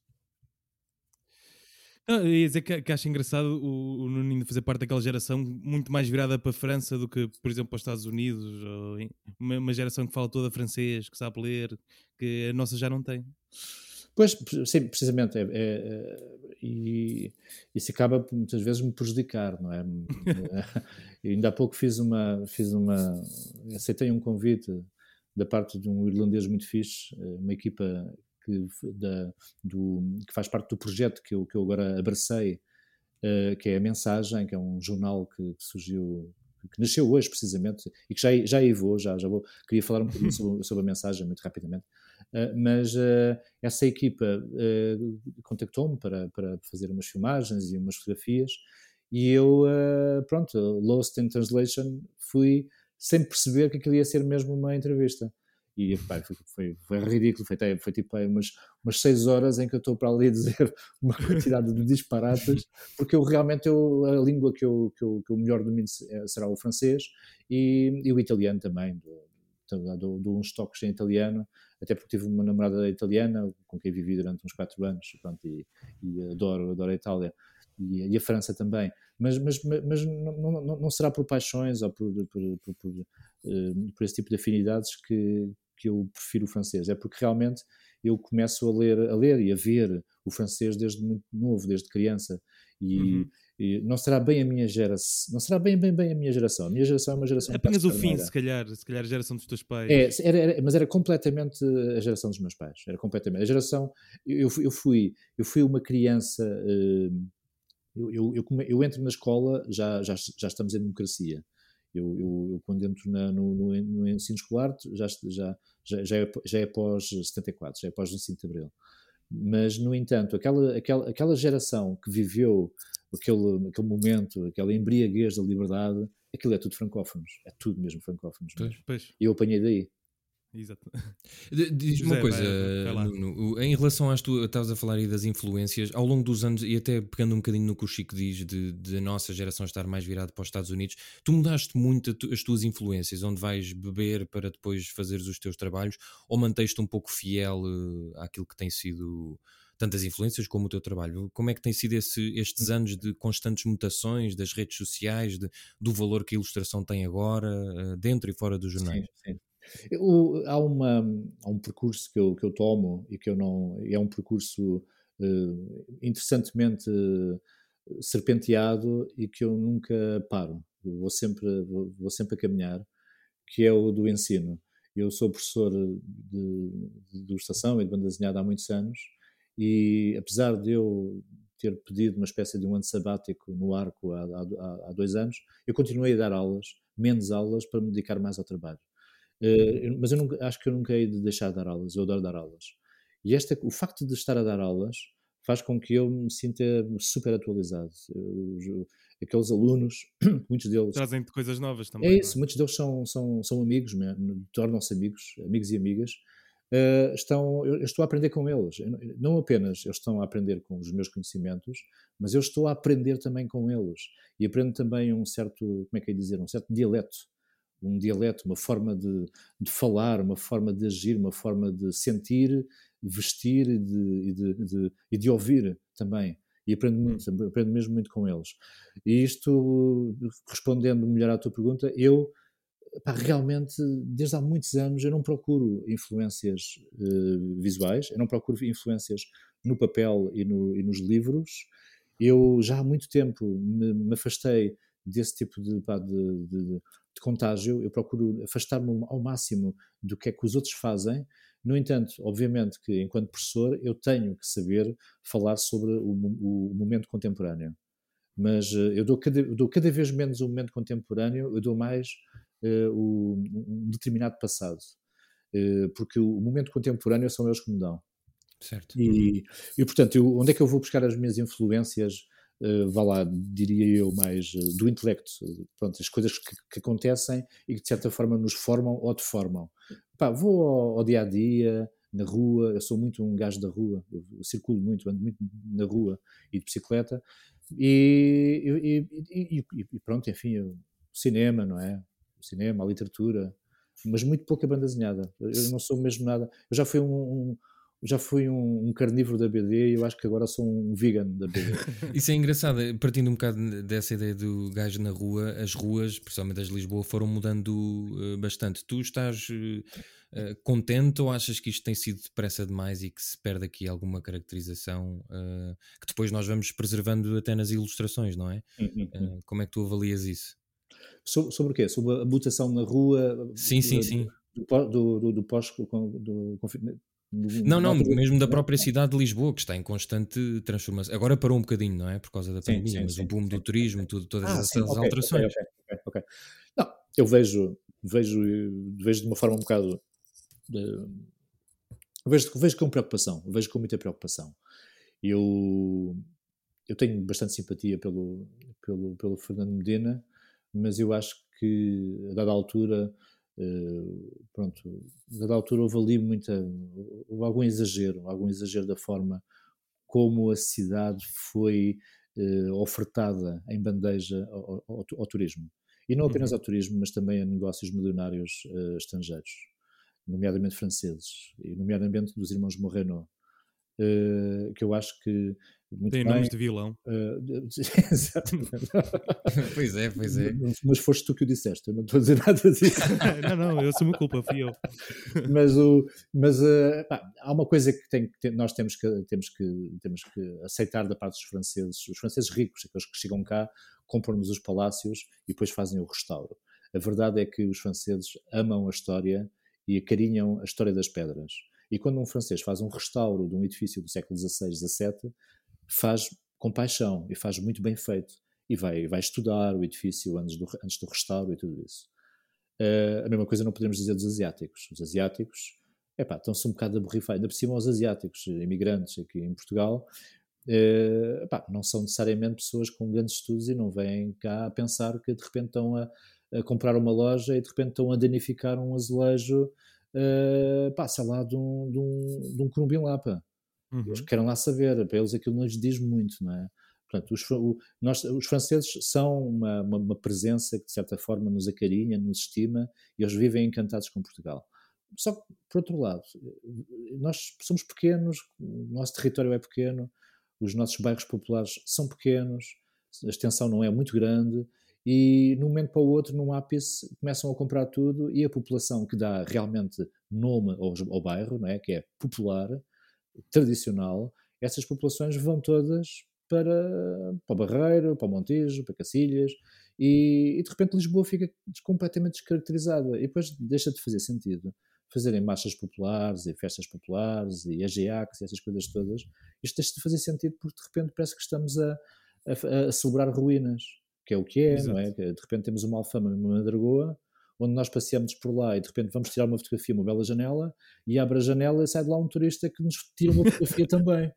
Não, eu ia dizer que, que acho engraçado o, o Nuno ainda fazer parte daquela geração muito mais virada para a França do que, por exemplo, para os Estados Unidos. Ou em- uma, uma geração que fala toda francês, que sabe ler, que a nossa já não tem. Pois, sim, precisamente. É, é, é, e isso acaba por, muitas vezes, me prejudicar, não é? Eu ainda há pouco fiz uma, fiz uma. Aceitei um convite da parte de um irlandês muito fixe, uma equipa que, da, do, que faz parte do projeto que eu, que eu agora abracei, uh, que é a Mensagem, que é um jornal que, que surgiu, que nasceu hoje precisamente, e que já, já aí vou, já, já vou, queria falar um bocadinho sobre, sobre a Mensagem muito rapidamente, uh, mas uh, essa equipa uh, contactou-me para, para fazer umas filmagens e umas fotografias, e eu, uh, pronto, lost in translation, fui sem perceber que aquilo ia ser mesmo uma entrevista. E pá, foi, foi, foi ridículo, foi, foi tipo umas, umas seis horas em que eu estou para ali a dizer uma quantidade de disparates, porque eu realmente, eu, a língua que eu, que, eu, que eu melhor domino será o francês e, e o italiano também, dou, dou, dou uns toques em italiano, até porque tive uma namorada italiana com quem vivi durante uns quatro anos, pronto, e, e adoro, adoro a Itália. E, e a França também, mas, mas, mas não, não, não será por paixões ou por, por, por, por, uh, por esse tipo de afinidades que, que eu prefiro o francês, é porque realmente eu começo a ler, a ler e a ver o francês desde muito novo, desde criança, e, Uhum. e não será bem a minha geração, não será bem, bem, bem a minha geração, a minha geração é uma geração um bocado Apanhas o fim, escarneira. se calhar, se calhar a geração dos teus pais. É, era, era, mas era completamente a geração dos meus pais, era completamente, a geração, eu, eu, fui, eu fui uma criança, uh, eu, eu, eu, eu entro na escola, já, já, já estamos em democracia. Eu, eu, eu quando entro na, no, no, no ensino escolar, já, já, já, já, é, já é pós setenta e quatro, já é pós vinte e cinco de Abril. Mas, no entanto, aquela, aquela, aquela geração que viveu aquele, aquele momento, aquela embriaguez da liberdade, aquilo é tudo francófonos, é tudo mesmo francófonos mesmo. Pois. E eu apanhei daí. Exato. Diz-me uma coisa, vai, vai lá. Nuno, em relação às tuas, estavas a falar aí das influências, ao longo dos anos, e até pegando um bocadinho no que o Chico diz, de, de a nossa geração estar mais virada para os Estados Unidos, tu mudaste muito as tuas influências, onde vais beber para depois fazeres os teus trabalhos, ou manteste um pouco fiel uh, àquilo que tem sido tantas influências como o teu trabalho? Como é que tem sido esse, estes anos de constantes mutações das redes sociais, de, do valor que a ilustração tem agora, uh, dentro e fora dos jornais? Sim, sim. Eu, há, uma, há um percurso que eu, que eu tomo e que eu não. É um percurso uh, interessantemente uh, serpenteado e que eu nunca paro. Eu vou sempre, vou, vou sempre a caminhar, que é o do ensino. Eu sou professor de, de ilustração e de banda desenhada há muitos anos e, apesar de eu ter pedido uma espécie de um ano sabático no Arco há, há, há dois anos, eu continuei a dar aulas, menos aulas, para me dedicar mais ao trabalho. Uh, mas eu nunca, acho que eu nunca hei de deixar de dar aulas, eu adoro dar aulas. E esta, o facto de estar a dar aulas faz com que eu me sinta super atualizado. Eu, aqueles alunos, muitos deles... Trazem-te coisas novas também. É isso, não é? muitos deles são, são, são amigos, tornam-se amigos, amigos e amigas. Uh, estão, eu, eu estou a aprender com eles. Eu, não apenas eles estão a aprender com os meus conhecimentos, mas eu estou a aprender também com eles. E aprendo também um certo, como é que é dizer, um certo dialeto. Um dialeto, uma forma de, de falar, uma forma de agir, uma forma de sentir, vestir e de, de, de, de, de ouvir também. E aprendo muito, hum. aprendo mesmo muito com eles. E isto, respondendo melhor à tua pergunta, eu, pá, realmente, desde há muitos anos, eu não procuro influências uh, visuais, eu não procuro influências no papel e, no, e nos livros. Eu já há muito tempo me, me afastei desse tipo de, pá, de, de, de contágio, eu procuro afastar-me ao máximo do que é que os outros fazem. No entanto, obviamente que enquanto professor eu tenho que saber falar sobre o, o momento contemporâneo, mas uh, eu, dou cada, eu dou cada vez menos o momento contemporâneo, eu dou mais uh, o, um determinado passado, uh, porque o momento contemporâneo são eles que me dão. Certo. E, e portanto, eu, onde é que eu vou buscar as minhas influências? Uh, vá lá, diria eu, mais uh, do intelecto, uh, pronto, as coisas que, que acontecem e que de certa forma nos formam ou deformam. Pá, vou ao, ao dia a dia, na rua, eu sou muito um gajo da rua, eu, eu circulo muito, ando muito na rua e de bicicleta, e, e, e, e, e pronto, enfim, eu, o cinema, não é? O cinema, a literatura, mas muito pouca banda desenhada. Eu, eu não sou mesmo nada. Eu já fui um. um Já fui um, um carnívoro da B D e eu acho que agora sou um vegan da B D. Isso é engraçado, partindo um bocado dessa ideia do gajo na rua, as ruas, principalmente as de Lisboa, foram mudando uh, bastante. Tu estás uh, uh, contente ou achas que isto tem sido depressa demais e que se perde aqui alguma caracterização uh, que depois nós vamos preservando até nas ilustrações, não é? Uhum. Uh, como é que tu avalias isso? Sobre, sobre o quê? Sobre a mutação na rua? Sim, sim, sim. Do, do, do, do pós... Do, do, Não, não, mesmo da própria cidade de Lisboa, que está em constante transformação. Agora parou um bocadinho, não é? Por causa da sim, pandemia, sim, mas sim, o boom sim, do turismo, tudo, todas ah, essas sim, okay, alterações. Okay, okay, okay. Não, eu vejo, vejo, vejo de uma forma um bocado. De, vejo, vejo com preocupação, vejo com muita preocupação. Eu, eu tenho bastante simpatia pelo, pelo, pelo Fernando Medina, mas eu acho que, a dada altura. Uh, pronto, a dada altura houve ali muita, houve algum exagero, algum exagero da forma como a cidade foi uh, ofertada em bandeja ao, ao, ao turismo. E não apenas ao turismo, mas também a negócios milionários uh, estrangeiros, nomeadamente franceses, e nomeadamente dos irmãos Moreno, uh, que eu acho que muito Tem bem. nomes de vilão. Uh, exatamente. Pois é, pois é. Mas foste tu que o disseste, eu não estou a dizer nada disso. Não, não, eu assumo a culpa, fui eu. mas o, mas uh, pá, há uma coisa que, tem, que nós temos que, temos, que, temos que aceitar da parte dos franceses. Os franceses ricos, aqueles que chegam cá, compram-nos os palácios e depois fazem o restauro. A verdade é que os franceses amam a história e acarinham a história das pedras. E quando um francês faz um restauro de um edifício do século dezasseis, dezassete, faz com paixão e faz muito bem feito. E vai, vai estudar o edifício antes do, antes do restauro e tudo isso. Uh, a mesma coisa não podemos dizer dos asiáticos. Os asiáticos, epá, estão-se um bocado a borrifar. Ainda por cima os asiáticos, imigrantes aqui em Portugal, uh, epá, não são necessariamente pessoas com grandes estudos e não vêm cá a pensar que de repente estão a, a comprar uma loja e de repente estão a danificar um azulejo, uh, pá, sei lá, de um, de um, de um Curumbim-Lapa. Uhum. Eles querem lá saber, para eles aquilo não lhes diz muito, não é? Portanto, os, o, nós, os franceses são uma, uma, uma presença que de certa forma nos acarinha, nos estima, e eles vivem encantados com Portugal. Só que, por outro lado, nós somos pequenos, o nosso território é pequeno, os nossos bairros populares são pequenos, a extensão não é muito grande, e de um momento para o outro, num ápice, começam a comprar tudo, e a população que dá realmente nome ao, ao bairro, não é? Que é popular, tradicional, essas populações vão todas para, para o Barreiro, para o Montijo, para Cacilhas, e, e de repente Lisboa fica completamente descaracterizada e depois deixa de fazer sentido fazerem marchas populares e festas populares e A G A Cs e essas coisas todas. Isto deixa de fazer sentido porque de repente parece que estamos a, a, a celebrar ruínas, que é o que é, Exato. Não é? De repente temos uma Alfama e uma Madragoa, onde nós passeamos por lá e de repente vamos tirar uma fotografia, uma bela janela, e abre a janela e sai de lá um turista que nos tira uma fotografia também.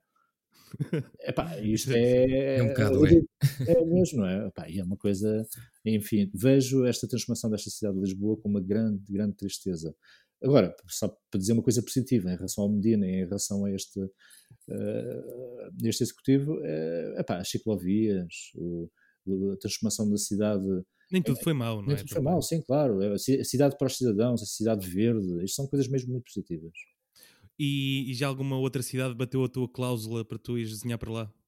Epá, isto é, é um bocado, é. É mesmo, não é? Epá, e é uma coisa, enfim, vejo esta transformação desta cidade de Lisboa com uma grande, grande tristeza. Agora, só para dizer uma coisa positiva em relação ao Medina e em relação a este, uh, este executivo, uh, epá, as ciclovias, o, a transformação da cidade. Nem tudo foi mau, não Nem é? tudo foi mau, sim, claro. A cidade para os cidadãos, a cidade verde, isto são coisas mesmo muito positivas. E, e já alguma outra cidade bateu a tua cláusula para tu ires desenhar para lá?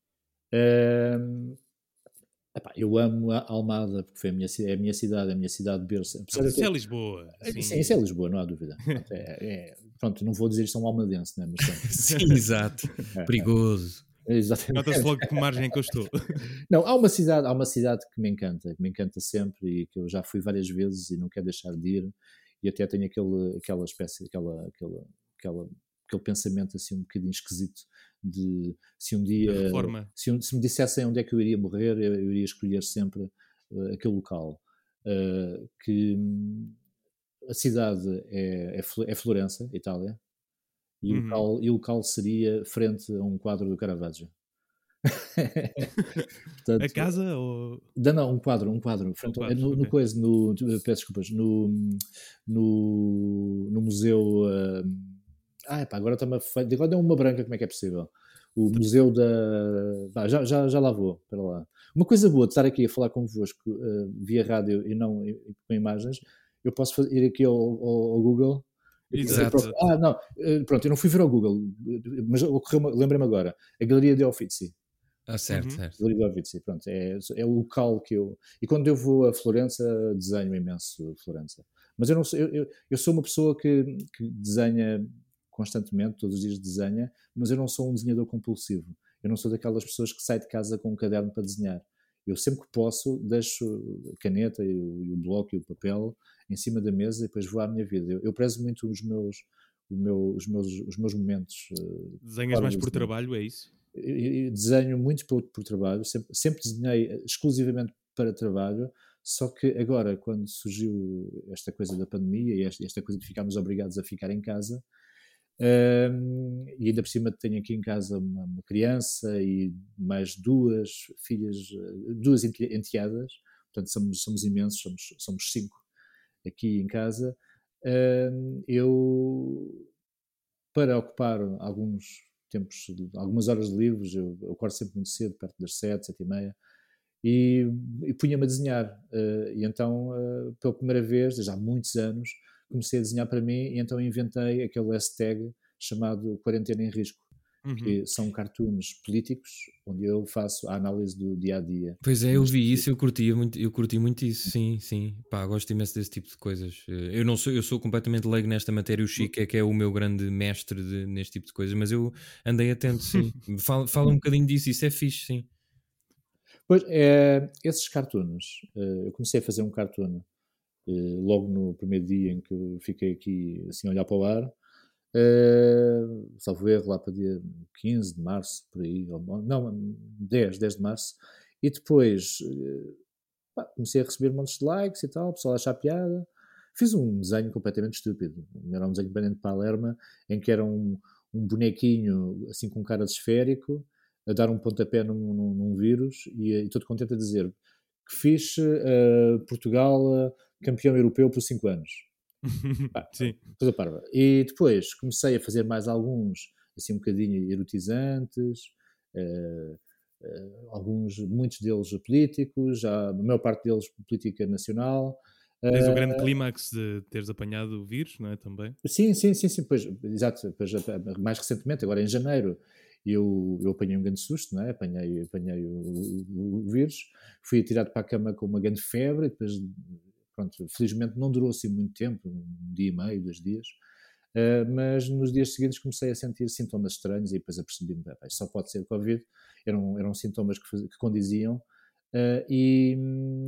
Um, epá, eu amo a Almada, porque foi a minha, é a minha cidade, é a minha cidade de berço. Não, isso é Lisboa. Sim. sim, isso é Lisboa, não há dúvida. Pronto, é, é, pronto não vou dizer isto a um almadense, né? Mas, sim, exato. É, Perigoso. É, exatamente. Nota-se logo que margem que eu estou. Não, há uma cidade, há uma cidade que me encanta, que me encanta sempre e que eu já fui várias vezes e não quero deixar de ir, e até tenho aquele, aquela espécie, aquela, aquela, aquela, aquele pensamento assim um bocadinho esquisito de se um dia, se, um, se me dissessem onde é que eu iria morrer, eu, eu iria escolher sempre uh, aquele local. Uh, que a cidade é, é, é Florença, Itália, e, uhum. o local, e o local seria frente a um quadro do Caravaggio. Portanto, a casa ou... Não, não, um quadro, um quadro. Frente, um quadro no, okay. no coisa, no, peço desculpas, no, no, no museu... Uh, ah, pá, agora está-me a... Agora deu uma branca, como é que é possível? O museu da... Ah, já, já, já lá vou, para lá. Uma coisa boa de estar aqui a falar convosco uh, via rádio e não com imagens, eu posso ir aqui ao, ao, ao Google... Exato. Ah, não, pronto, eu não fui ver ao Google, mas lembrei-me agora, a Galeria de Uffizi. Ah, certo, uhum. certo. Galeria de Uffizi, pronto, é, é o local que eu... E quando eu vou a Florença, desenho imenso Florença. Mas eu, não sou, eu, eu sou uma pessoa que, que desenha constantemente, todos os dias desenha, mas eu não sou um desenhador compulsivo. Eu não sou daquelas pessoas que sai de casa com um caderno para desenhar. Eu sempre que posso deixo a caneta e o, e o bloco e o papel em cima da mesa e depois vou à minha vida. Eu, eu prezo muito os meus, o meu, os meus, os meus momentos. Uh, Desenhas mais por trabalho, é isso? Eu, eu desenho muito por, por trabalho, sempre, sempre desenhei exclusivamente para trabalho, só que agora, quando surgiu esta coisa da pandemia e esta, esta coisa de ficarmos obrigados a ficar em casa, um, e ainda por cima tenho aqui em casa uma, uma criança e mais duas filhas, duas enteadas, portanto somos, somos imensos, somos, somos cinco aqui em casa. Um, eu, para ocupar alguns tempos, algumas horas de livros, eu, eu acordo sempre muito cedo, perto das sete, sete e meia, e, e punha-me a desenhar, uh, e então uh, pela primeira vez, desde há muitos anos, comecei a desenhar para mim e então inventei aquele hashtag chamado Quarentena em Risco. Uhum. que são cartoons políticos, onde eu faço a análise do dia-a-dia. Pois é, eu Mas vi isso, eu curtia muito, eu curti muito isso, sim, sim. Pá, gosto imenso desse tipo de coisas. Eh, Eu não sou, eu sou completamente leigo nesta matéria, o Chico é que é o meu grande mestre de- neste tipo de coisas, mas eu andei atento, sim. Fala, fala um bocadinho disso, isso é fixe, sim. Pois, é, esses cartoons, eh, eu comecei a fazer um cartoon eh, logo no primeiro dia em que eu fiquei aqui assim a olhar para o ar, uh, salvo erro, lá para dia quinze de março, por aí, ou, não, dez, dez de março, e depois eh, pá, comecei a receber montes de likes e tal, o pessoal a achar piada. Fiz um desenho completamente estúpido, era um desenho de Palerma, em que era um, um bonequinho assim com cara de esférico, a dar um pontapé num, num, num vírus, e, e todo contente a dizer que fixe uh, Portugal uh, campeão europeu por cinco anos. Pá, Sim. coisa parva. E depois comecei a fazer mais alguns, assim um bocadinho erotizantes, uh, uh, alguns, muitos deles políticos, já, a maior parte deles política nacional. Tens o Uh, grande clímax de teres apanhado o vírus, não é? Também. sim, sim, sim, sim, pois, exato, pois, mais recentemente, agora em janeiro, eu, eu apanhei um grande susto, não é? Apanhei, apanhei o, o, o vírus, fui atirado para a cama com uma grande febre, e depois, pronto, felizmente não durou assim muito tempo, um dia e meio, dois dias, uh, mas nos dias seguintes comecei a sentir sintomas estranhos e depois apercebi-me, só pode ser Covid, eram, eram sintomas que, faz, que condiziam, uh, e,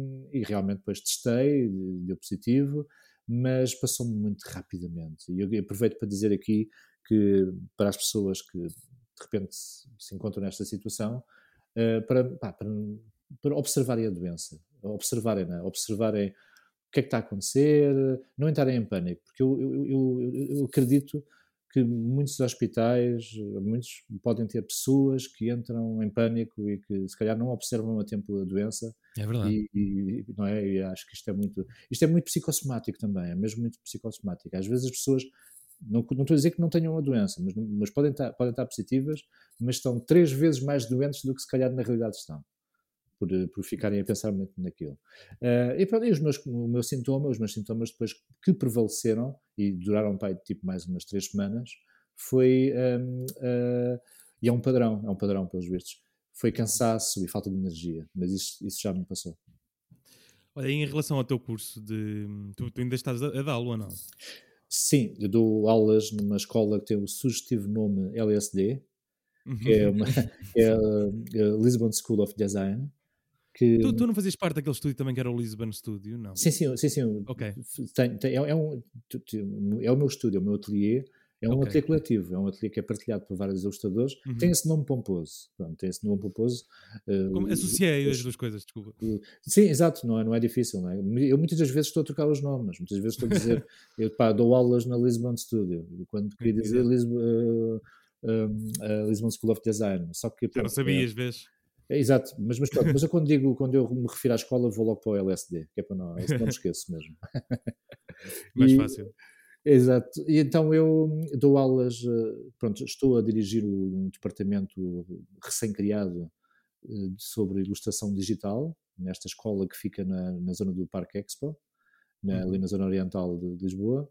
e realmente depois testei, deu positivo, mas passou-me muito rapidamente. E eu aproveito para dizer aqui que para as pessoas que de repente se encontram nesta situação, uh, para, pá, para, para observarem a doença, observarem, né? observarem o que é que está a acontecer, não entrarem em pânico, porque eu, eu, eu, eu acredito que muitos hospitais, muitos podem ter pessoas que entram em pânico e que se calhar não observam a tempo a doença. É verdade. E, e, não é? E acho que isto é muito, isto é muito psicossomático também, é mesmo muito psicossomático. Às vezes as pessoas, não, não estou a dizer que não tenham a doença, mas, mas podem, estar, podem estar positivas, mas estão três vezes mais doentes do que se calhar na realidade estão. Por, por ficarem a pensar muito naquilo. Uh, e pronto, e os meus, o meu sintoma, os meus sintomas depois que prevaleceram e duraram pai, tipo mais umas três semanas, foi, um, uh, e é um padrão, é um padrão pelos vistos, foi cansaço e falta de energia, mas isso, isso já me passou. Olha, em relação ao teu curso, de, tu, tu ainda estás a, a dar-lo ou não? Sim, eu dou aulas numa escola que tem o sugestivo nome L S D, que é, uma, que é a, a Lisbon School of Design. Que... Tu, tu não fazias parte daquele estúdio também que era o Lisbon Studio, não? Sim, sim, sim, sim. Ok. Tem, tem, é, é, um, é o meu estúdio, é o meu ateliê, é um Ok, ateliê ok. coletivo, é um ateliê que é partilhado por vários ilustradores, Uhum. tem esse nome pomposo, pronto, tem esse nome pomposo. uh, Como, associei os- as duas coisas, desculpa. uh, sim, exato, não é, não é difícil, não é? Eu muitas das vezes estou a trocar os nomes, muitas vezes estou a dizer, eu pá, dou aulas na Lisbon Studio, quando queria dizer Exato. Lisbon, uh, um, uh, Lisbon School of Design, só que Já não pronto, sabias, vês? é, exato, mas, mas pronto, mas eu quando digo, quando eu me refiro à escola, vou logo para o L S D, que é para não, esse não me esqueço mesmo. Mais E- fácil. Exato, e então eu dou aulas, eh, pronto, estou a dirigir um departamento recém-criado eh, sobre ilustração digital, nesta escola que fica na, na zona do Parque Expo, na, ali Uhum. na zona oriental de, de Lisboa,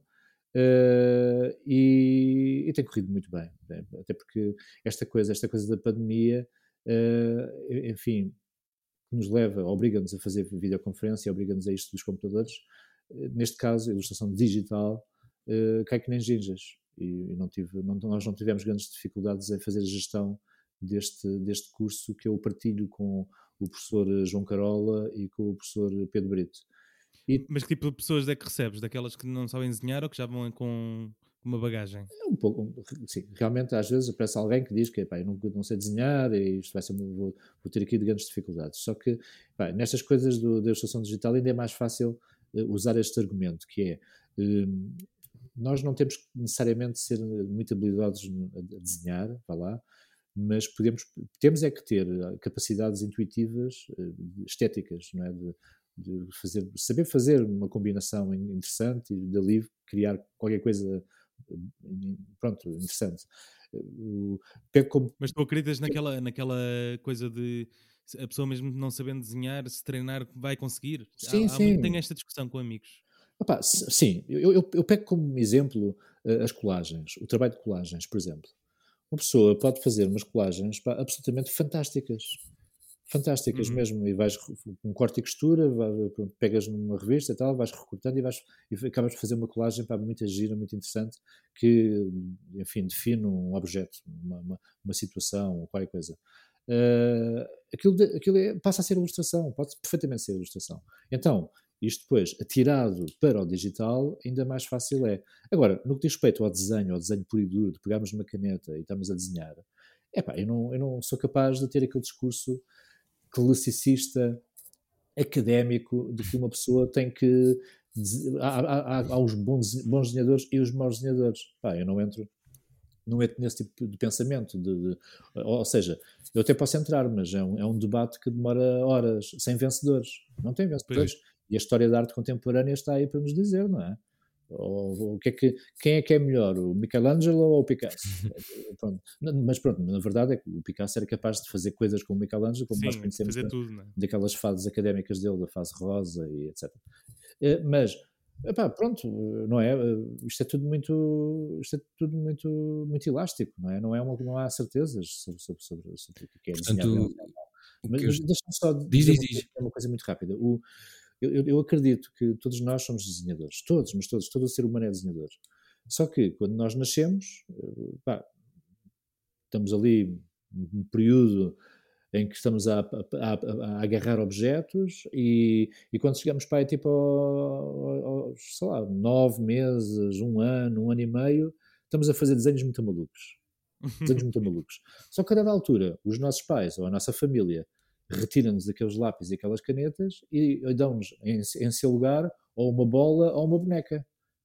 eh, e, e tem corrido muito bem, né? Até porque esta coisa, esta coisa da pandemia, eh, enfim, nos leva, obriga-nos a fazer videoconferência, obriga-nos a isto dos computadores, eh, neste caso, a ilustração digital, uh, cai que nem ginjas. E, e não tive, não, nós não tivemos grandes dificuldades em fazer a gestão deste, deste curso que eu partilho com o professor João Carola e com o professor Pedro Brito. E Mas que tipo de pessoas é que recebes? Daquelas que não sabem desenhar ou que já vão com uma bagagem? é um pouco, sim, realmente às vezes aparece alguém que diz que epá, eu não, não sei desenhar e isto vai ser, vou, vou ter aqui de grandes dificuldades. Só que epá, nestas coisas do, da ilustração digital ainda é mais fácil uh, usar este argumento, que é um, nós não temos que necessariamente ser muito habilidosos a desenhar, vá lá, mas podemos, temos é que ter capacidades intuitivas, estéticas, não é? De, de fazer, saber fazer uma combinação interessante e dali criar qualquer coisa, pronto, interessante. Pego como... Mas tu acreditas naquela, naquela coisa de a pessoa mesmo não sabendo desenhar, se treinar, vai conseguir? Sim, Há, há muito, tenho sim. esta discussão com amigos. Opa, sim, eu, eu, eu pego como exemplo uh, as colagens, o trabalho de colagens, por exemplo. uma pessoa pode fazer umas colagens pá, absolutamente fantásticas. Fantásticas Uhum. mesmo, e vais re- com corte e costura, vai- pronto, pegas numa revista e tal, vais recortando e, vais, e acabas de fazer uma colagem para muita gira, muito interessante, que, enfim, define um objeto, uma, uma, uma situação, ou qualquer coisa. Eh, aquilo de- aquilo é- passa a ser ilustração, pode perfeitamente ser ilustração. Então, isto depois, atirado para o digital, ainda mais fácil é. Agora, no que diz respeito ao desenho, ao desenho puro e duro, de pegarmos numa caneta e estamos a desenhar, epá, eu não, eu não sou capaz de ter aquele discurso classicista, académico, de que uma pessoa tem que. Há, há, há os bons, bons desenhadores e os maus desenhadores. Pá, eu não entro, não entro nesse tipo de pensamento. De, de, ou seja, eu até posso entrar, mas é um, é um debate que demora horas, sem vencedores. Não tem vencedores. Pois. E a história da arte contemporânea está aí para nos dizer, não é? Ou, o que é que, quem é que é melhor, o Michelangelo ou o Picasso? Pronto. Mas pronto, na verdade é que o Picasso era capaz de fazer coisas como o Michelangelo, como nós Sim, conhecemos fazer da, tudo, não é? daquelas fases académicas dele, da fase rosa e etcétera. Eh, Mas, epá, pronto, não é? Eh, Isto é tudo muito, isto é tudo muito, muito elástico, não é? Não, é uma, não há certezas sobre, sobre, sobre, sobre o que é desenhar bem ou Portanto, desenhar mal. o Mas, que eu... mas deixa-me só Diz, dizer diz, uma, diz. uma coisa muito rápida. O, eu, eu- eu acredito que todos nós somos desenhadores, todos, mas todos, todo o ser humano é desenhador. Só que quando nós nascemos, eh, pá, estamos ali num período em que estamos a, a- a- a agarrar objetos e, e quando chegamos para aí tipo ao- aos, sei lá, nove meses, um ano, um ano e meio, estamos a fazer desenhos muito malucos. Desenhos muito malucos. Só que a dada altura, os nossos pais ou a nossa família retiram-nos aqueles lápis e aquelas canetas e dão-nos em, em seu lugar ou uma bola ou uma boneca.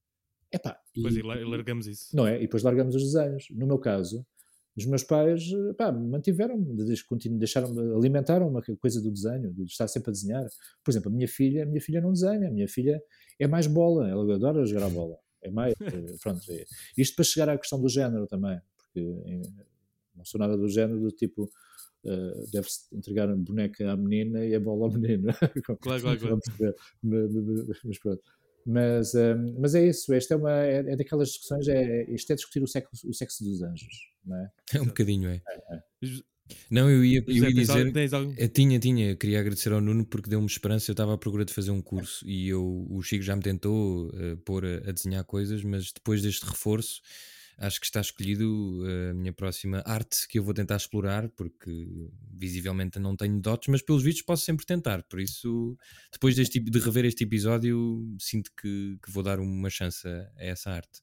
Epá, Depois e, e la- largamos isso. não é? E depois largamos os desenhos. No meu caso, os meus pais, pá, mantiveram-me, des- continu- deixaram alimentaram uma coisa do desenho, de estar sempre a desenhar. Por exemplo, a minha filha, a minha filha não desenha, a minha filha é mais bola, ela adora jogar a bola. É mais, eh, pronto, é. Isto para chegar à questão do género também, porque eh, não sou nada do género do tipo, eh, deve-se entregar a boneca à menina e a bola ao menino. Claro, claro, claro. Vamos perceber. Mas, mas- mas pronto. Mas, hum, mas é isso, esta é, uma, é, é daquelas discussões, é, isto é discutir o sexo, o sexo dos anjos, não é? É um bocadinho, é. Ju- Não, eu ia, eu José, ia tens al- dizer. tens algo? Eu tinha, tinha, eu queria agradecer ao Nuno porque deu-me esperança. Eu estava à procura de fazer um curso e eu, o Chico já me tentou uh, pôr a, a desenhar coisas, mas depois deste reforço, acho que está escolhido uh, a minha próxima arte que eu vou tentar explorar, porque visivelmente não tenho dotes, mas pelos vídeos posso sempre tentar. Por isso, depois deste, de rever este episódio, sinto que, que vou dar uma chance a, a essa arte.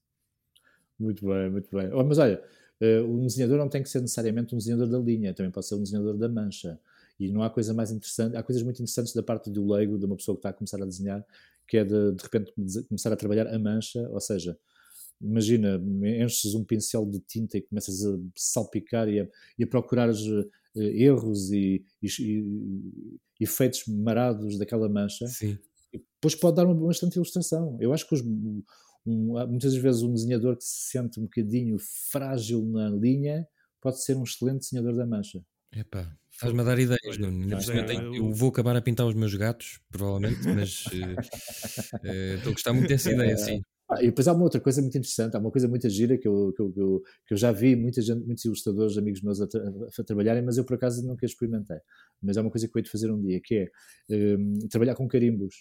Muito bem, muito bem. Oh, mas olha, uh, um desenhador não tem que ser necessariamente um desenhador da linha, também pode ser um desenhador da mancha. E não há coisa mais interessante, há coisas muito interessantes da parte do leigo, de uma pessoa que está a começar a desenhar, que é de, de repente começar a trabalhar a mancha, ou seja, imagina, enches um pincel de tinta e começas a salpicar e a, e a procurar os, uh, erros e, e, e efeitos marados daquela mancha. Sim. E depois pode dar uma bastante ilustração. Eu acho que os, um, muitas vezes um desenhador que se sente um bocadinho frágil na linha pode ser um excelente desenhador da mancha. Epá, faz-me a dar ideias, Olha, Nuno. Ainda por José, cima eu, tenho- eu- eu vou acabar a pintar os meus gatos, provavelmente, mas eh, eh, estou a gostar muito dessa ideia, sim. Ah, e depois há uma outra coisa muito interessante, há uma coisa muito gira que eu, que eu, que eu, que eu já vi muita gente, muitos ilustradores, amigos meus a, tra a trabalharem, mas eu por acaso nunca experimentei. Mas é uma coisa que eu hei de fazer um dia, que é um, trabalhar com carimbos.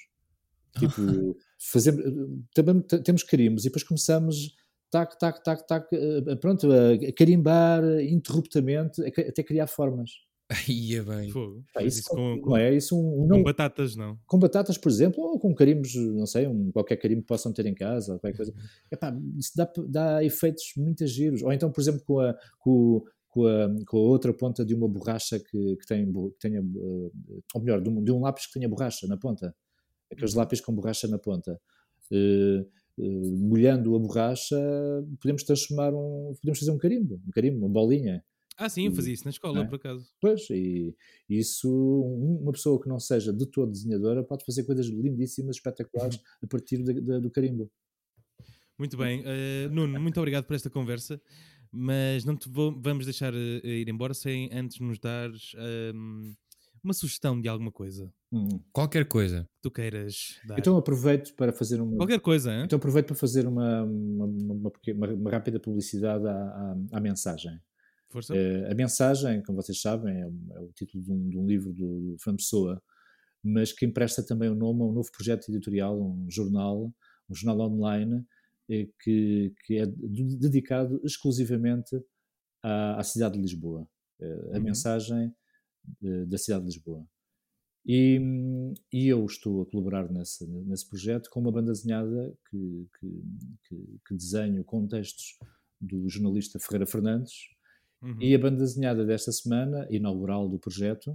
Tipo, fazer, também temos carimbos e depois começamos tac, tac, tac, tac, pronto, a carimbar interruptamente até criar formas. Ia bem. Fogo. Pá, Mas isso isso com, com, não é? Isso um, um com não, batatas, não. com batatas, por exemplo, ou com carimbos, não sei, um, qualquer carimbo que possam ter em casa, ou qualquer coisa. Epá, isso dá, dá efeitos muito giros. Ou então, por exemplo, com a, com, com a, com a outra ponta de uma borracha que, que, tem, que tenha, ou melhor, de um, de um lápis que tenha borracha na ponta. Aqueles lápis com borracha na ponta. Uh, uh, molhando a borracha, podemos transformar um, podemos fazer um carimbo, um carimbo, uma bolinha. Ah, sim, eu fazia isso na escola, é? por acaso. Pois, e isso, uma pessoa que não seja de todo desenhadora pode fazer coisas lindíssimas, espetaculares, a partir de, de, do carimbo. Muito bem. Uh, Nuno, muito obrigado por esta conversa, mas não te vou, vamos deixar uh, ir embora sem antes nos dares um, uma sugestão de alguma coisa. Hum. Qualquer coisa. Que tu queiras dar. Então aproveito para fazer uma... Qualquer coisa, hein? Então aproveito para fazer uma, uma, uma, uma, uma rápida publicidade à, à, à mensagem. Força. Uh, a mensagem, como vocês sabem, é, é o título de um, de um livro do, do Fernando Pessoa, mas que empresta também o nome a um novo projeto editorial, um jornal, um jornal online, eh, que, que é de, dedicado exclusivamente à, à cidade de Lisboa. Uh, a Uhum. mensagem de, da cidade de Lisboa. E, e eu estou a colaborar nesse, nesse projeto com uma banda desenhada que, que, que, que desenho contextos do jornalista Ferreira Fernandes. Uhum. E a banda desenhada desta semana, inaugural do projeto,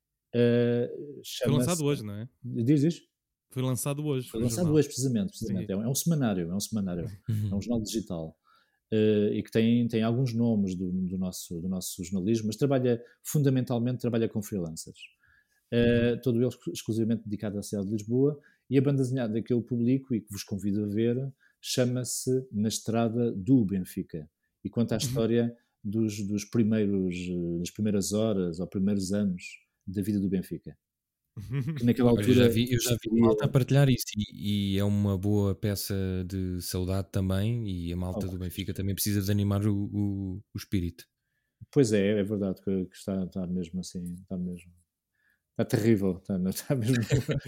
uh, chama-se... Foi lançado hoje, não é? Diz, diz? Foi lançado hoje. Foi lançado hoje, precisamente. precisamente. É, um, é um semanário, é um semanário, Uhum. é um jornal digital. Uh, e que tem, tem alguns nomes do, do, nosso, do nosso jornalismo, mas trabalha, fundamentalmente, trabalha com freelancers. Uh, uhum. Todo ele exclusivamente dedicado à cidade de Lisboa. E a banda desenhada que eu publico e que vos convido a ver chama-se Na Estrada do Benfica. E conta a história... Dos, dos primeiros, das primeiras horas ou primeiros anos da vida do Benfica. Que naquela altura... Eu já vi, eu já vi malta a partilhar isso e, e é uma boa peça de saudade também, e a malta oh, do Benfica também precisa de animar o, o, o espírito. Pois é, é verdade que, que está, está mesmo assim, está mesmo... Está terrível, está, está mesmo...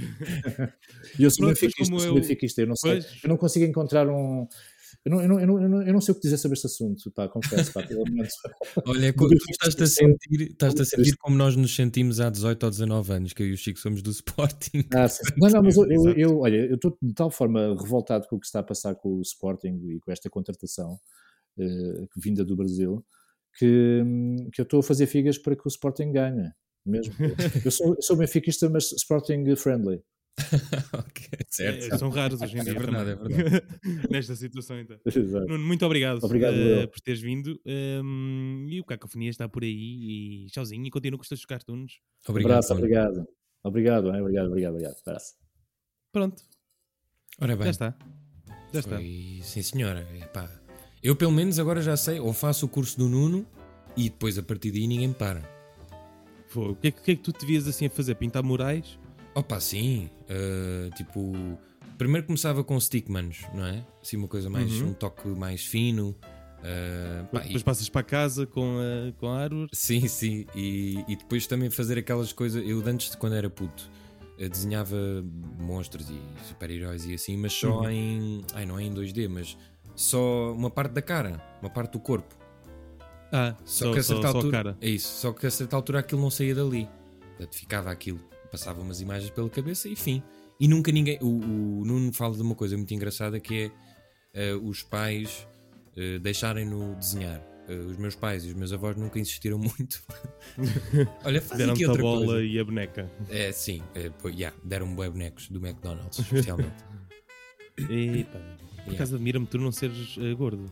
E eu sou benfiquista, eu sou benfiquista, eu não sei, eu não consigo encontrar um... Eu não, eu, não, eu, não, eu não sei o que dizer sobre este assunto, pá, confesso, pá, pelo menos. Olha, tu estás-te a sentir, estás-te a sentir como nós nos sentimos há dezoito ou dezanove anos, que eu e o Chico somos do Sporting. Ah, sim. Não, não, mas eu, eu, eu olha, eu estou de tal forma revoltado com o que está a passar com o Sporting e com esta contratação uh, vinda do Brasil, que, que eu estou a fazer figas para que o Sporting ganhe, mesmo. Eu sou, eu sou benfiquista, mas Sporting friendly. Ok, certo. É, são raros hoje em dia. É verdade, também. é verdade. Nesta situação, então. Exato. Nuno, muito obrigado, obrigado uh, por teres vindo. Um, e o Cacofonia está por aí. E tchauzinho. E continua com os teus cartoons. Obrigado. Abraço, obrigado. Obrigado, hein? obrigado, obrigado, obrigado. Abraço. Pronto. Ora bem. Já está. Já Foi... está. Sim, senhora. Epá. Eu, pelo menos, agora já sei. Ou faço o curso do Nuno e depois, a partir daí, ninguém me para. Foi. O que é que, que, é que tu te vias assim a fazer? Pintar murais? Opa, sim, uh, tipo, primeiro começava com stickmans, não é? Assim uma coisa mais, uhum. um toque mais fino. Uh, pá, depois e... passas para casa com a, com a árvore. Sim, sim, e, e depois também fazer aquelas coisas, eu antes de quando era puto, desenhava monstros e super-heróis e assim, mas só uhum. em, ai não é em dois D, mas só uma parte da cara, uma parte do corpo. Ah, só, só que a certa só, altura, só a cara. É isso, só que a certa altura aquilo não saía dali, portanto ficava aquilo. Passava umas imagens pela cabeça e fim. E nunca ninguém... O, o Nuno fala de uma coisa muito engraçada que é uh, os pais uh, deixarem-no desenhar. Uh, os meus pais e os meus avós nunca insistiram muito. Olha, faz aqui outra bola coisa. E a boneca. É, sim. Uh, pô, yeah, deram bué bonecos do McDonald's, especialmente. Epa, por acaso admira-me tu não seres uh, gordo.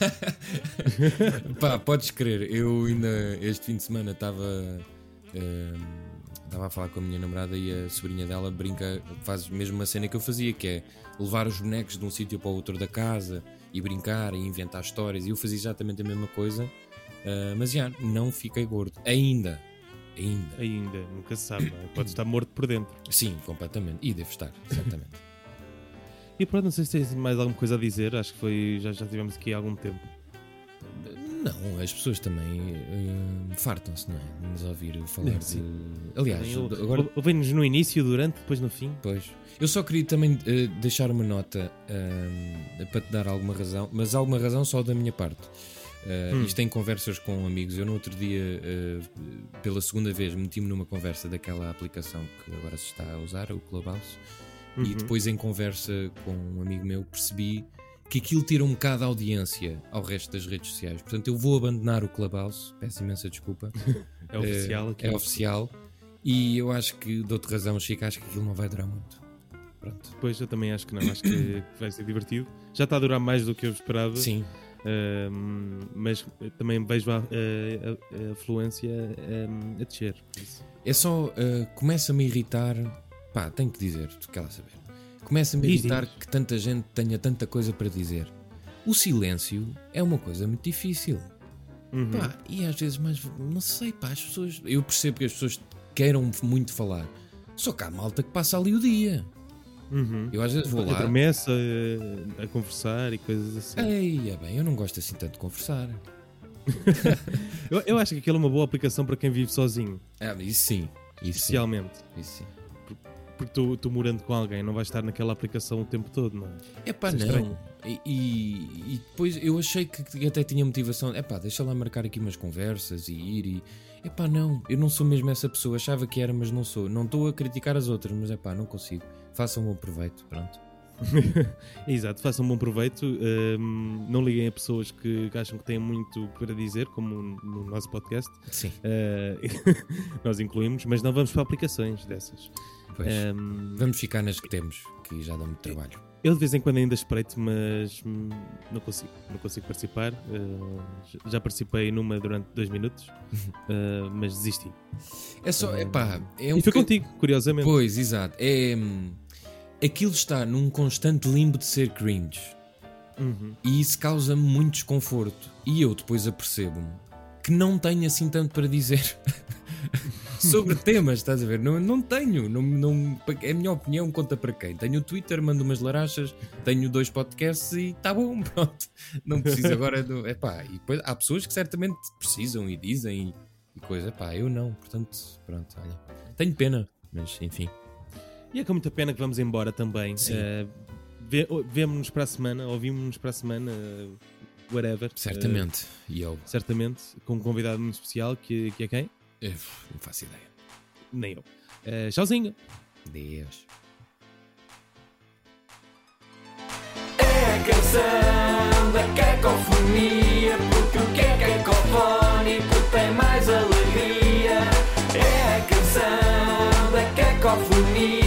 Pá, podes crer. Eu ainda este fim de semana estava... Uh, Estava a falar com a minha namorada e a sobrinha dela brinca, faz mesmo uma cena que eu fazia, que é levar os bonecos de um sítio para o outro da casa e brincar e inventar histórias. E eu fazia exatamente a mesma coisa, uh, mas já, não fiquei gordo. Ainda. Ainda. Ainda, nunca se sabe, não é? Pode estar morto por dentro. Sim, completamente. E devo estar, exatamente. E pronto, não sei se tens mais alguma coisa a dizer, acho que foi, já, já tivemos aqui há algum tempo. Não, as pessoas também uh, fartam-se, não é? Vamos ouvir falar Sim. de... Aliás, eu, agora... Ouvem-nos no início, durante, depois no fim. Pois. Eu só queria também uh, deixar uma nota uh, para te dar alguma razão, mas alguma razão só da minha parte. Uh, hum. Isto em conversas com amigos. Eu no outro dia, uh, pela segunda vez, meti-me numa conversa daquela aplicação que agora se está a usar, o Clubhouse, uhum. e depois em conversa com um amigo meu percebi que aquilo tira um bocado a audiência ao resto das redes sociais. Portanto, eu vou abandonar o Clubhouse, peço imensa desculpa. É oficial aqui. É, é oficial. E eu acho que, dou-te razão, Chico, acho que aquilo não vai durar muito. Pronto. Pois, eu também acho que não. Acho que vai ser divertido. Já está a durar mais do que eu esperava. Sim. Uh, mas também vejo a, a, a, a fluência a, a descer. É só, uh, começa-me a irritar. Pá, tenho que dizer, tu queres saber. Começa-me a irritar que tanta gente tenha tanta coisa para dizer. O silêncio é uma coisa muito difícil. Uhum. Pá, e às vezes, mas não sei, pá, as pessoas. Eu percebo que as pessoas queiram muito falar. Só que há malta que passa ali o dia. Uhum. Eu às vezes vou lá. Promessa a, a conversar e coisas assim. Ei, é bem, eu não gosto assim tanto de conversar. eu, eu acho que aquilo é uma boa aplicação para quem vive sozinho. Ah, isso sim. Isso especialmente. Sim. Isso sim. Porque tu, tu morando com alguém não vais estar naquela aplicação o tempo todo, não é? É pá, não. E, e, e depois eu achei que até tinha motivação. É pá, deixa lá marcar aqui umas conversas e ir e... É pá, não. Eu não sou mesmo essa pessoa. Achava que era, mas não sou. Não estou a criticar as outras, mas é pá, não consigo. Façam um bom proveito, pronto. Exato, façam um bom proveito. Um, não liguem a pessoas que, que acham que têm muito para dizer, como no nosso podcast. Sim. Uh, nós incluímos, mas não vamos para aplicações dessas. Pois. Um, vamos ficar nas que temos, que já dão muito trabalho. Eu de vez em quando ainda espreito, mas hum, não consigo, não consigo participar. Uh, já participei numa durante dois minutos, uh, mas desisti. É só, uh, epá, é um e foi que... contigo, curiosamente. Pois, exato. É, aquilo está num constante limbo de ser cringe. Uhum. E isso causa-me muito desconforto. E eu depois apercebo-me que não tenho assim tanto para dizer sobre temas, estás a ver? Não, não tenho. Não, não, a minha opinião conta para quem? Tenho o Twitter, mando umas larachas, tenho dois podcasts e está bom, pronto. Não preciso agora. Do, epá, e depois há pessoas que certamente precisam e dizem e, e coisa. Epá, eu não. Portanto, pronto, olha. Tenho pena, mas enfim. E é com muita pena que vamos embora também. Uh, vê, vemo-nos para a semana, ouvimos-nos para a semana. Uh, Whatever. Certamente. Uh, e eu? Certamente, com um convidado muito especial, que, que é quem? Eu não faço ideia. Nem eu. Uh, tchauzinho. Deus. É a canção da cacofonia, porque o que é cacofónico tem mais alegria. É a canção da cacofonia.